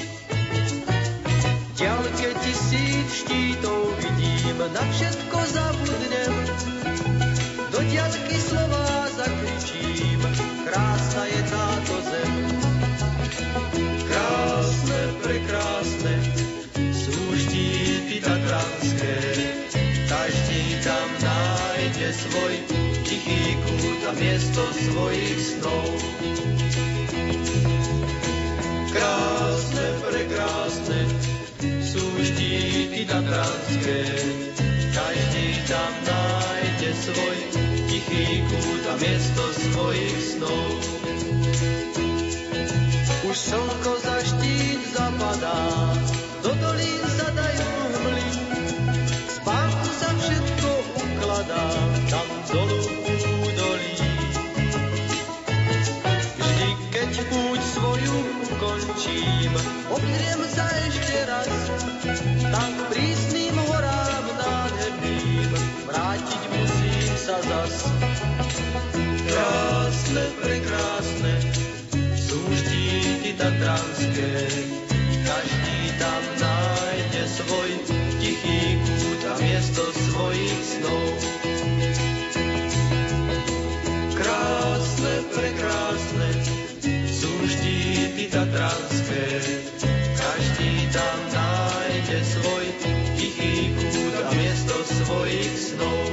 V diaľke 1000 štítov vidím, na všetko zabudnem, do diaľky slová zakričím, krásna je táto zem. Krásne, prekrásne sú štíty tatranské, každý tam nájde svoj tichý kút a miesto svojich snov. Krásne, prekrásne sú štíty tatranské, každý tam nájde svoj tichý kút a miesto svojich snov. Už slnko za štít zapadá, do dolín zadajú hmly, spánku sa zas. Krásne, prekrásne sú štíty tatranské, každý tam nájde svoj tichý kút a miesto svojich snov. Krásne, prekrásne sú štíty tatranské, každý tam nájde svoj tichý kút a miesto svojich snov.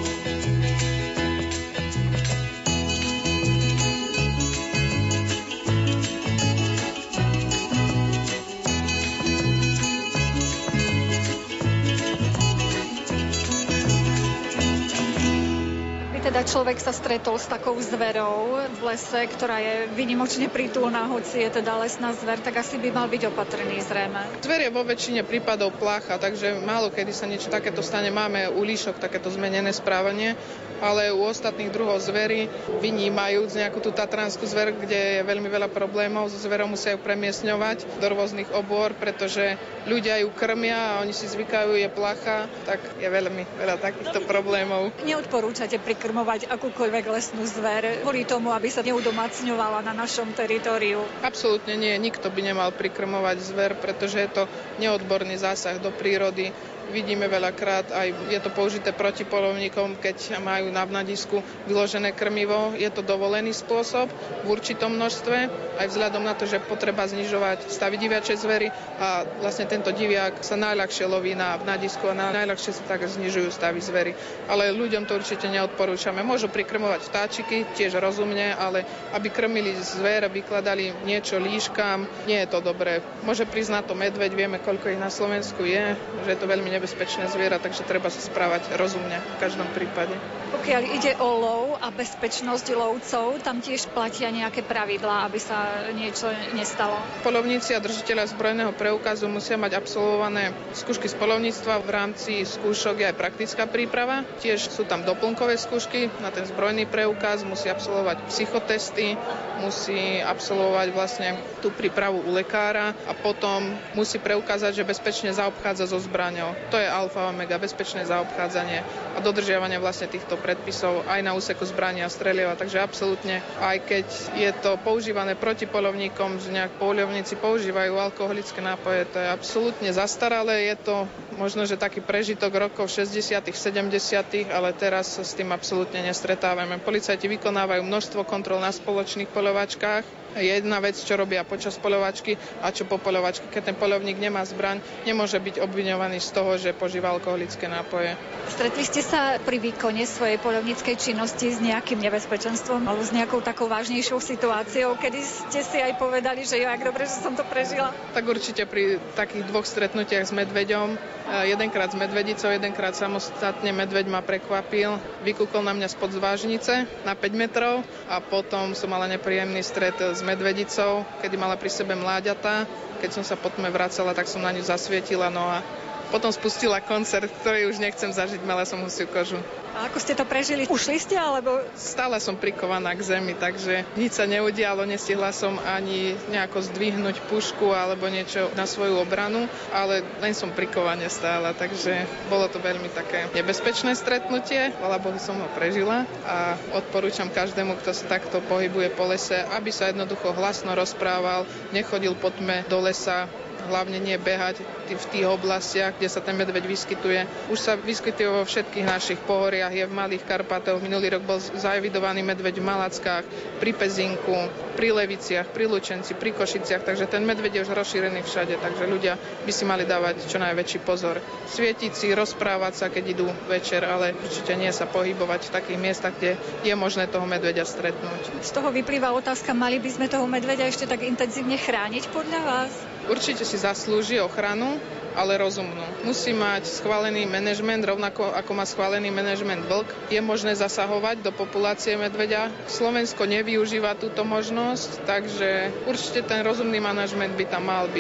Teda človek sa stretol s takou zverou v lese, ktorá je výnimočne prítulná, hoci je teda lesná zver, tak asi by mal byť opatrný zrejme. Zver je vo väčšine prípadov plácha, takže málo kedy sa niečo takéto stane. Máme u líšok takéto zmenené správanie, ale u ostatných druhov zvery, vynímajúc nejakú tú tatranskú zver, kde je veľmi veľa problémov, so zverou musia ju premiesňovať do rôznych obôr, pretože ľudia ju krmia a oni si zvykajú, je placha, tak je veľmi veľa takýchto problémov. Neodporúčate prikrmovať akúkoľvek lesnú zver kvôli tomu, aby sa neudomacňovala na našom teritóriu? Absolútne nie, nikto by nemal prikrmovať zver, pretože je to neodborný zásah do prírody. Vidíme veľakrát, aj je to použité proti poľovníkom, keď majú na vnadisku vyložené krmivo. Je to dovolený spôsob v určitom množstve, aj vzhľadom na to, že potreba znižovať stavy diviačej zvery a vlastne tento diviak sa najľahšie loví na vnadisku a najľahšie sa tak znižujú stavy zvery. Ale ľuďom to určite neodporúčame. Môžu prikrmovať vtáčiky, tiež rozumne, ale aby krmili zver a vykladali niečo líškam, nie je to dobré. Môže prísť na to medveď, vieme, koľko ich na Slovensku je, že je to veľmi nebezpečné zviera, takže treba sa správať rozumne v každom prípade. Pokiaľ ide o lov a bezpečnosť lovcov, tam tiež platia nejaké pravidlá, aby sa niečo nestalo? Poľovníci a držiteľia zbrojného preukazu musia mať absolvované skúšky z poľovníctva. V rámci skúšok je aj praktická príprava. Tiež sú tam doplnkové skúšky na ten zbrojný preukaz, musí absolvovať psychotesty, musí absolvovať vlastne tú prípravu u lekára a potom musí preukázať, že bezpečne zaobchádza so zbraňou. To je alfa a omega, bezpečné zaobchádzanie a dodržiavanie vlastne týchto predpisov aj na úseku zbrania a strelieva. Takže absolútne, aj keď je to používané proti poľovníkom, že nejak poľovníci používajú alkoholické nápoje, to je absolútne zastaralé. Je to možno, že taký prežitok rokov 60., 70., ale teraz sa s tým absolútne nestretávame. Policajti vykonávajú množstvo kontrol na spoločných poľovačkách. Jedna vec, čo robia počas poľovačky a čo po poľovačke. Keď ten poľovník nemá zbraň, nemôže byť obviňovaný z toho, že požíva alkoholické nápoje. Stretli ste sa pri výkone svojej poľovníckej činnosti s nejakým nebezpečenstvom alebo s nejakou takou vážnejšou situáciou, kedy ste si aj povedali, že jak dobre, že som to prežila? Tak určite pri takých dvoch stretnutiach s medveďom, jedenkrát s medvedicou, jedenkrát samostatne medveď ma prekvapil, vykúkol na mňa spod zvážnice na 5 metrov a potom som mala nepríjemný stret s medvedicou, kedy mala pri sebe mláďatá. Keď som sa po tme vracala, tak som na ňu zasvietila, no a potom spustila koncert, ktorý už nechcem zažiť, mala som husiu kožu. A ako ste to prežili? Ušli ste, alebo? Stále som prikovaná k zemi, takže nič sa neudialo, nestihla som ani nejako zdvihnúť pušku alebo niečo na svoju obranu, ale len som prikovane stála, takže bolo to veľmi také nebezpečné stretnutie, chvála Bohu som ho prežila a odporúčam každému, kto sa takto pohybuje po lese, aby sa jednoducho hlasno rozprával, nechodil po tme do lesa, hlavne nie behať v tých oblastiach, kde sa ten medveď vyskytuje. Už sa vyskytuje vo všetkých našich pohoriach, je v Malých Karpatoch. Minulý rok bol zaevidovaný medveď v Malackách, pri Pezinku, pri Leviciach, pri Lučenci, pri Košiciach, takže ten medveď je už rozšírený všade, takže ľudia by si mali dávať čo najväčší pozor. Svietiť si, rozprávať sa, keď idú večer, ale určite nie sa pohybovať v takých miestach, kde je možné toho medveďa stretnúť. Z toho vyplýva otázka, mali by sme toho medveďa ešte tak intenzívne chrániť podľa vás? Určite si zaslúži ochranu, ale rozumnú. Musí mať schválený manažment, rovnako ako má schválený manažment vlk. Je možné zasahovať do populácie medveďa. Slovensko nevyužíva túto možnosť, takže určite ten rozumný manažment by tam mal byť.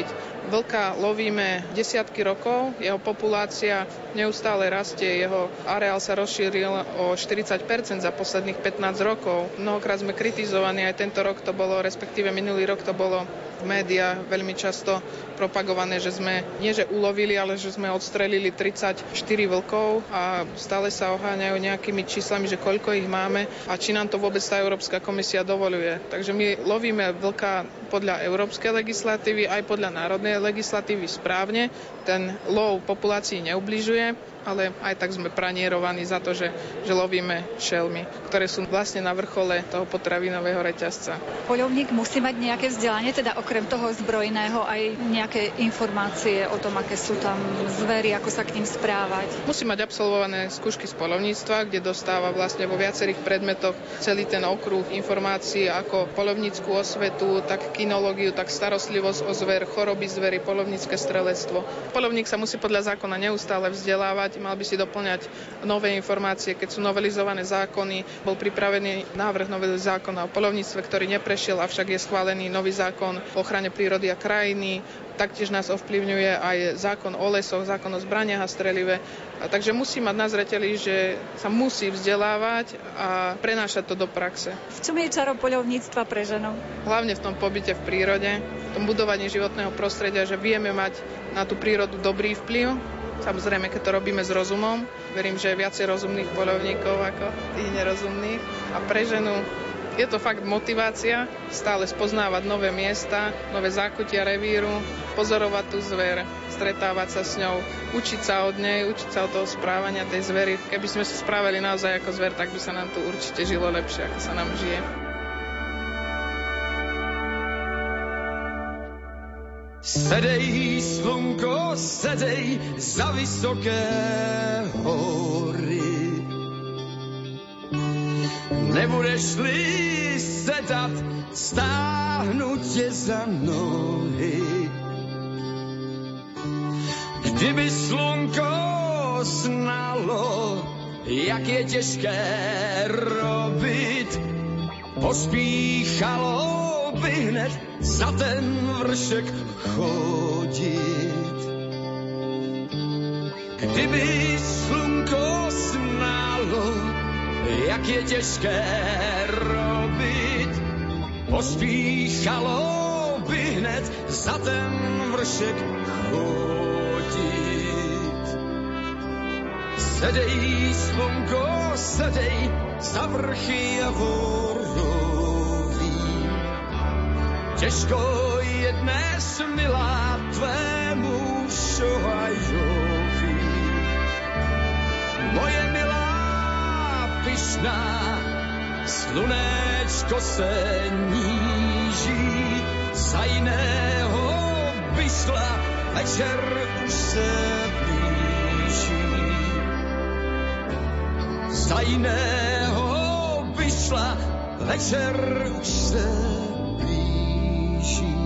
Vlka lovíme desiatky rokov, jeho populácia neustále rastie, jeho areál sa rozšíril o 40% za posledných 15 rokov. Mnohokrát sme kritizovaní, aj tento rok to bolo, respektíve minulý rok to bolo v médiách veľmi často propagované, že sme nie že ulovili, ale že sme odstrelili 34 vlkov a stále sa oháňajú nejakými číslami, že koľko ich máme a či nám to vôbec tá Európska komisia dovoľuje. Takže my lovíme vlka podľa európskej legislatívy, aj podľa národnej legislatívy správne. Ten lov populácii neubližuje, ale aj tak sme pranierovaní za to, že lovíme šelmy, ktoré sú vlastne na vrchole toho potravinového reťazca. Poľovník musí mať nejaké vzdelanie, teda okrem toho zbrojného aj nejaké informácie o tom, aké sú tam zvery, ako sa k ním správať. Musí mať absolvované skúšky z poľovníctva, kde dostáva vlastne vo viacerých predmetoch celý ten okruh informácií ako poľovnícku osvetu, tak kinológiu, tak starostlivosť o zver, choroby zvery, poľovnícke strelectvo. Poľovník sa musí podľa zákona neustále vzdelávať, mal by si doplňať nové informácie, keď sú novelizované zákony. Bol pripravený návrh novely zákona o poľovníctve, ktorý neprešiel, avšak je schválený nový zákon o ochrane prírody a krajiny. Taktiež nás ovplyvňuje aj zákon o lesoch, zákon o zbraniach a strelive. Takže musí mať na zreteli, že sa musí vzdelávať a prenášať to do praxe. V čom je čaro poľovníctva pre ženu? Hlavne v tom pobyte v prírode, v tom budovaní životného prostredia, že vieme mať na tú prírodu dobrý vplyv. Samozrejme, keď to robíme s rozumom. Verím, že je viacej rozumných poľovníkov ako tých nerozumných. A pre ženu je to fakt motivácia stále spoznávať nové miesta, nové zákutia revíru, pozorovať tú zver, stretávať sa s ňou, učiť sa od nej, učiť sa od toho správania tej zvery. Keby sme sa správali naozaj ako zver, tak by sa nám tu určite žilo lepšie, ako sa nám žije. Sedej, slunko, sedej za vysoké hory. Nebudeš-li sedat, stáhnu tě za nohy. Kdyby slunko znalo, jak je těžké robit, pospíchalo by hned za ten vršek chodit. Kdyby slunko znalo, jak je těžké robit, pospíchalo by hned za ten vršek chodit. Sedej, slunko, sedej za vrchy a vorový. Těžko je dnes, milá, tvému šohajovi. Moje milá pyšná, slunéčko se níží, za jiného by šla, večer už se blíží. Za jiného by šla, večer už se blíží.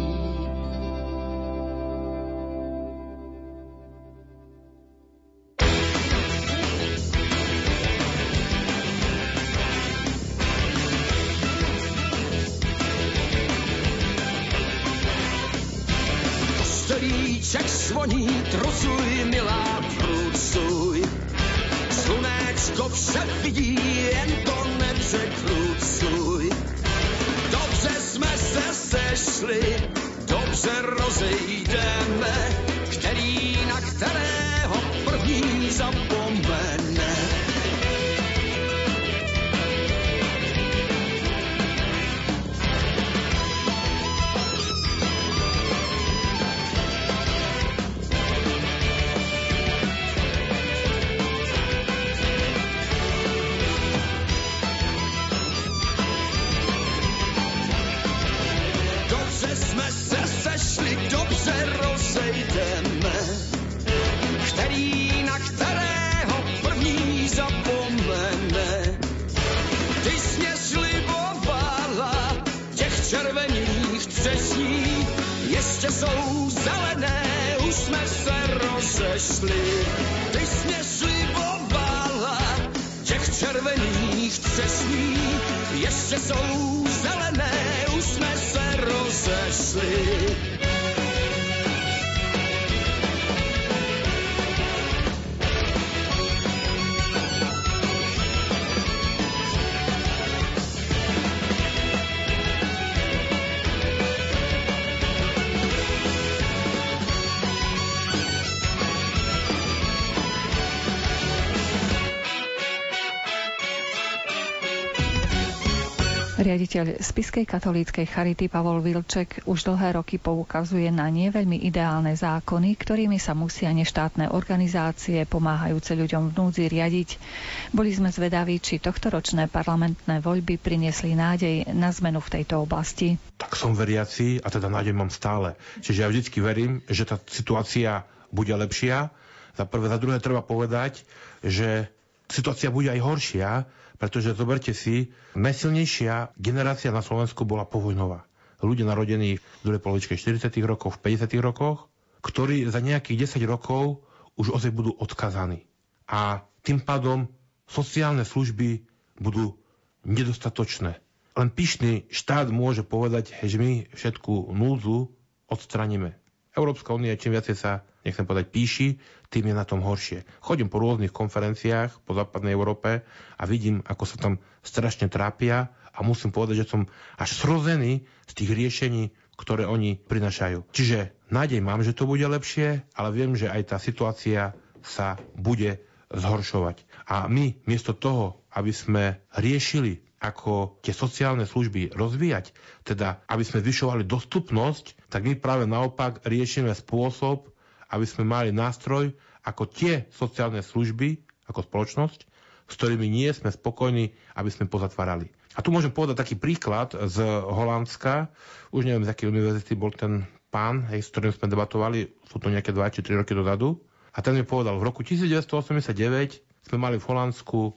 Strýček svoní, trucuj, milá, trucuj. Slunéčko vše vidí, jen to nepřekrucuj. Dobře jsme se sešli, dobře rozejdeme, který na kterého první zapomene. Který na kterého první zapomene. Ty jsi mě slibovala těch červených třešní, ještě jsou zelené, už jsme se rozešli. Ty jsi mě slibovala těch červených třešní, ještě jsou zelené, už jsme se rozešli. Riaditeľ Spišskej katolíckej charity Pavol Vilček už dlhé roky poukazuje na nie veľmi ideálne zákony, ktorými sa musia neštátne organizácie pomáhajúce ľuďom v núdzi riadiť. Boli sme zvedaví, či tohtoročné parlamentné voľby priniesli nádej na zmenu v tejto oblasti. Tak som veriaci a teda nádej mám stále. Čiže ja vždycky verím, že tá situácia bude lepšia. Za prvé, za druhé treba povedať, že situácia bude aj horšia, pretože zoberte si, najsilnejšia generácia na Slovensku bola povojnová. Ľudia narodení v druhej polovičke 40. rokov, v 50. rokoch, ktorí za nejakých 10 rokov už ozaj budú odkazaní. A tým pádom sociálne služby budú nedostatočné. Len pyšný štát môže povedať, že my všetku núdzu odstraníme. Európska únia, čím viacej sa, nechcem povedať, píši, tým je na tom horšie. Chodím po rôznych konferenciách po západnej Európe a vidím, ako sa tam strašne trápia a musím povedať, že som až zrozený z tých riešení, ktoré oni prinašajú. Čiže nádej mám, že to bude lepšie, ale viem, že aj tá situácia sa bude zhoršovať. A my, miesto toho, aby sme riešili, ako tie sociálne služby rozvíjať, teda aby sme zvyšovali dostupnosť, tak my práve naopak riešime spôsob, aby sme mali nástroj, ako tie sociálne služby, ako spoločnosť, s ktorými nie sme spokojní, aby sme pozatvárali. A tu môžem povedať taký príklad z Holandska. Už neviem, z akej univerzity bol ten pán, s ktorým sme debatovali, sú to nejaké 2 či 3 roky dozadu. A ten mi povedal, v roku 1989 sme mali v Holandsku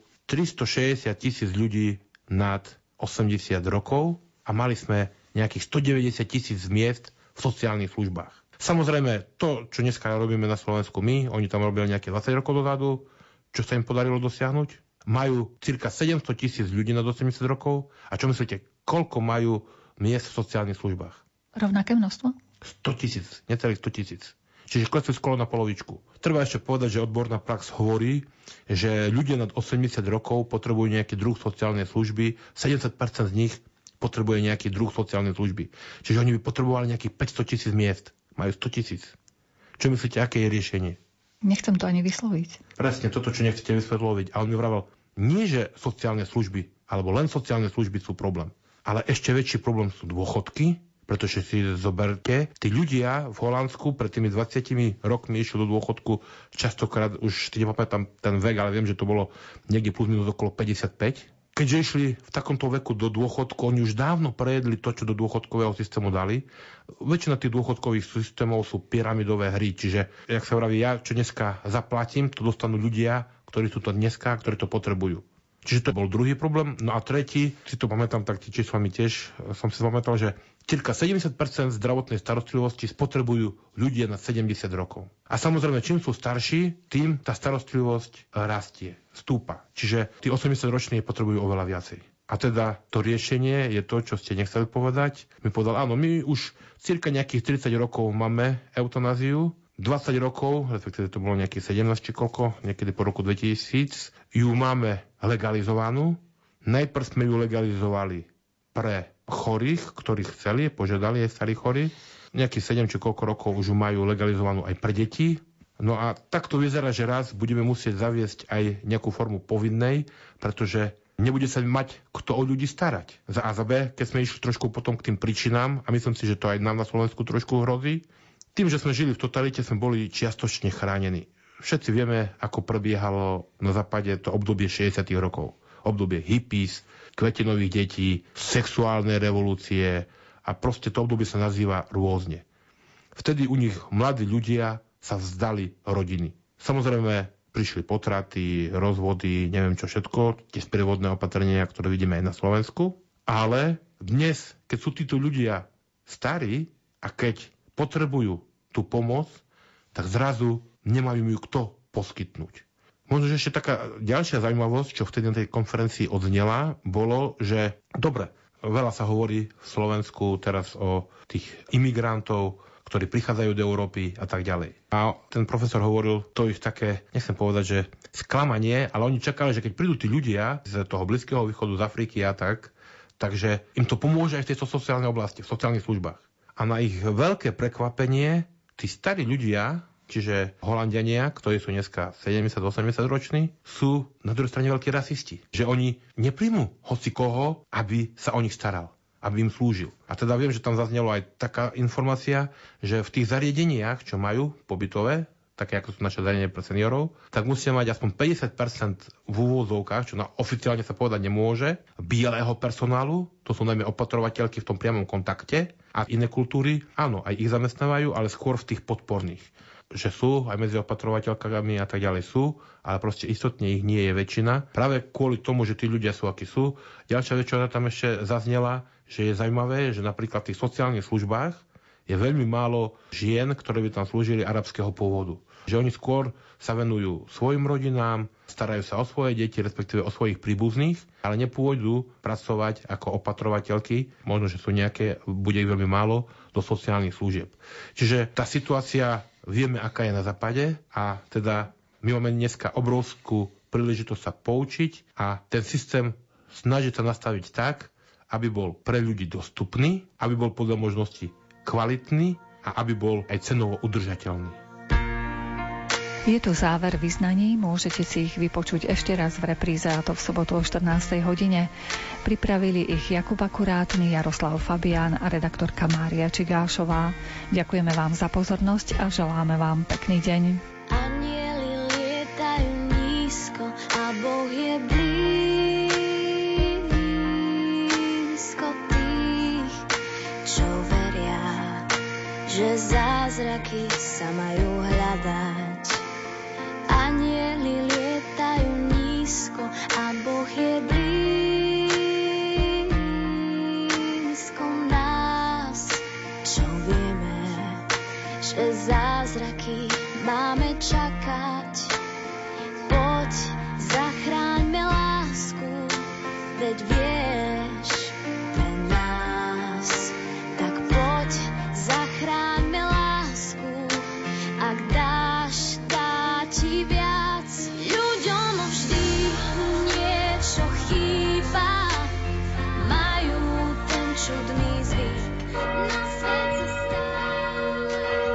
360 000 ľudí nad 80 rokov a mali sme nejakých 190 000 miest v sociálnych službách. Samozrejme, to, čo dneska robíme na Slovensku my, oni tam robili nejaké 20 rokov dozadu, čo sa im podarilo dosiahnuť, majú cirka 700 000 ľudí nad 80 rokov a čo myslíte, koľko majú miest v sociálnych službách? Rovnaké množstvo? 100 000, necelých 100 000. Čiže klesli skoro na polovičku. Treba ešte povedať, že odborná prax hovorí, že ľudia nad 80 rokov potrebujú nejaký druh sociálnej služby, 70% z nich potrebuje nejaký druh sociálnej služby. Čiže oni by potrebovali nejakých 500 000 miest. Majú 100 000. Čo myslíte, aké je riešenie? Nechcem to ani vysloviť. Presne toto, čo nechcete vysvetľoviť. A on mi vravel, nie že sociálne služby, alebo len sociálne služby sú problém, ale ešte väčší problém sú dôchodky, pretože si zoberte, tí ľudia v Holandsku pred tými 20 rokmi išli do dôchodku, častokrát už nepamätám ten vek, ale viem, že to bolo niekde plus minus okolo 55. Keďže išli v takomto veku do dôchodku, oni už dávno prejedli to, čo do dôchodkového systému dali. Väčšina tých dôchodkových systémov sú pyramidové hry, čiže, jak sa vraví, ja čo dneska zaplatím, to dostanú ľudia, ktorí sú to dneska, ktorí to potrebujú. Čiže to bol druhý problém. No a tretí, si to pamätám, tak tie číslami tiež som si pamätal, že cirka 70% zdravotnej starostlivosti spotrebujú ľudia na 70 rokov. A samozrejme, čím sú starší, tým tá starostlivosť rastie, stúpa. Čiže tí 80-roční potrebujú oveľa viacej. A teda to riešenie je to, čo ste nechceli povedať. Mi povedal, áno, my už cirka nejakých 30 rokov máme eutanáziu, 20 rokov, respektíve to bolo nejakých 17 či koľko, niekedy po roku 2000, ju máme legalizovanú. Najprv sme ju legalizovali pre chorých, ktorí chceli, požiadali aj starí chorí. Nejakých 7 či koľko rokov už ju majú legalizovanú aj pre deti. No a takto vyzerá, že raz budeme musieť zaviesť aj nejakú formu povinnej, pretože nebude sa mať kto o ľudí starať. Za A, za B, keď sme išli trošku potom k tým príčinám, a myslím si, že to aj nám na Slovensku trošku hrozí, tým, že sme žili v totalite, sme boli čiastočne chránení. Všetci vieme, ako prebiehalo na západe to obdobie 60. rokov. Obdobie hippies, kvetinových detí, sexuálnej revolúcie a proste to obdobie sa nazýva rôzne. Vtedy u nich mladí ľudia sa vzdali rodiny. Samozrejme, prišli potraty, rozvody, neviem čo všetko, tie sprievodné opatrenia, ktoré vidíme aj na Slovensku. Ale dnes, keď sú títo ľudia starí a keď potrebujú tú pomoc, tak zrazu nemajú ju kto poskytnnúť. Možno, že ešte taká ďalšia zaujímavosť, čo vtedy na tej konferencii odznela, bolo, že dobre, veľa sa hovorí v Slovensku teraz o tých imigrantov, ktorí prichádzajú do Európy a tak ďalej. A ten profesor hovoril, to ich také, nechcem povedať, že sklamanie, ale oni čakali, že keď prídu tí ľudia z toho Blízkeho východu, z Afriky a tak, takže im to pomôže aj v tejto sociálnej oblasti, v sociálnych službách. A na ich veľké prekvapenie, tí starí ľudia, čiže Holandiania, ktorí sú dneska 70-80 roční, sú na druhej strane veľkí rasisti. Že oni nepríjmu hoci koho, aby sa o nich staral, aby im slúžil. A teda viem, že tam zaznelo aj taká informácia, že v tých zariadeniach, čo majú pobytové, také ako sú naše zariadenia pre seniorov, tak musia mať aspoň 50% v úvodzovkách, čo oficiálne sa povedať nemôže, bieleho personálu, to sú najmä opatrovateľky v tom priamom kontakte, a iné kultúry, áno, aj ich zamestnávajú, ale skôr v tých podporných. Že sú, aj medzi opatrovateľkami a tak ďalej sú, ale proste istotne ich nie je väčšina. Práve kvôli tomu, že tí ľudia sú, akí sú. Ďalšia vec, čo tam ešte zaznela, že je zaujímavé, že napríklad v tých sociálnych službách je veľmi málo žien, ktoré by tam slúžili arabského pôvodu. Že oni skôr sa venujú svojim rodinám, starajú sa o svoje deti, respektíve o svojich príbuzných, ale nepôjdu pracovať ako opatrovateľky, možno, že sú nejaké, bude ich veľmi málo, do sociálnych služieb. Čiže tá situácia, vieme, aká je na západe a teda my máme dneska obrovskú príležitosť sa poučiť a ten systém snažiť sa nastaviť tak, aby bol pre ľudí dostupný, aby bol podľa možností kvalitný a aby bol aj cenovo udržateľný. Je tu záver vyznaní, môžete si ich vypočuť ešte raz v repríze, a to v sobotu o 14. hodine. Pripravili ich Jakub Akurátny, Jaroslav Fabián a redaktorka Mária Čigášová. Ďakujeme vám za pozornosť a želáme vám pekný deň. Anjeli lietajú nízko a Boh je blízko tých, čo veria, že zázraky sa majú hľadať. Anjeli lietajú nízko a Boh je blízko nás, čo vieme, že zázraky máme čakať. Poď, zachráňme lásku, veď vieš pre nás. Tak poď, zachráňme lásku, ak dáš, dá ti viac. Ľuďom vždy niečo chýba, majú ten čudný zvyk na svete stále.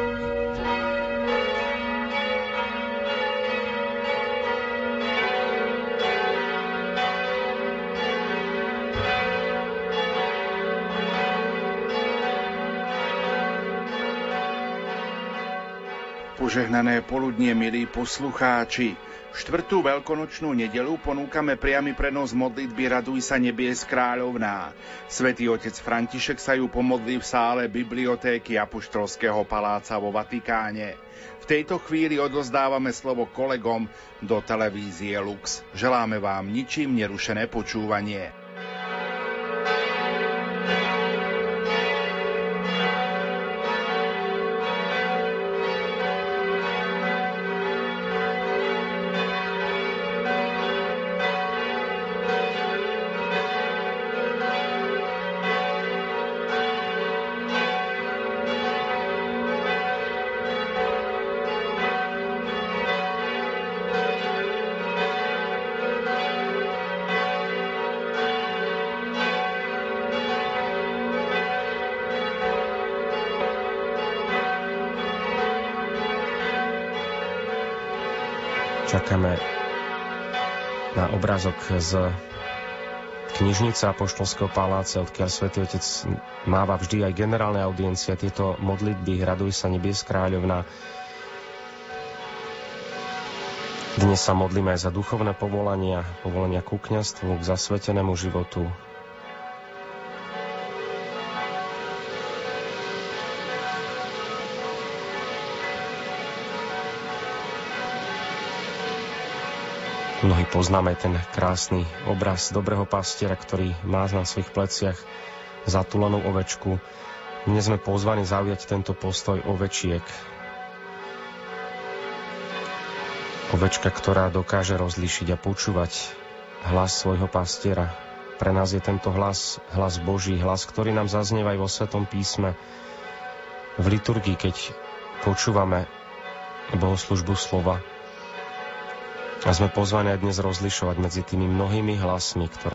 Požehnané poludnie, milí poslucháči. Štvrtú veľkonočnú nedeľu ponúkame priamy prenos modlitby Raduj sa nebies kráľovná. Svätý otec František sa ju pomodlí v sále bibliotéky Apoštolského paláca vo Vatikáne. V tejto chvíli odozdávame slovo kolegom do televízie Lux. Želáme vám ničím nerušené počúvanie. Čakáme na obrázok z knižnice Apoštolského paláca, odkiaľ Svätý Otec máva vždy aj generálne audiencie. Tieto modlitby Raduj sa nebies kráľovná. Dnes sa modlíme aj za duchovné povolania ku kňazstvu, k zasvetenému životu. Mnohí poznáme ten krásny obraz dobrého pastiera, ktorý má na svojich pleciach zatúlenú ovečku. Dnes sme pozvaní zaujať tento postoj ovečiek. Ovečka, ktorá dokáže rozlíšiť a počúvať hlas svojho pastiera. Pre nás je tento hlas Boží, hlas, ktorý nám zaznieva aj vo Svetom písme. V liturgii, keď počúvame bohoslužbu slova. A sme pozvaní aj dnes rozlišovať medzi tými mnohými hlasmi, ktoré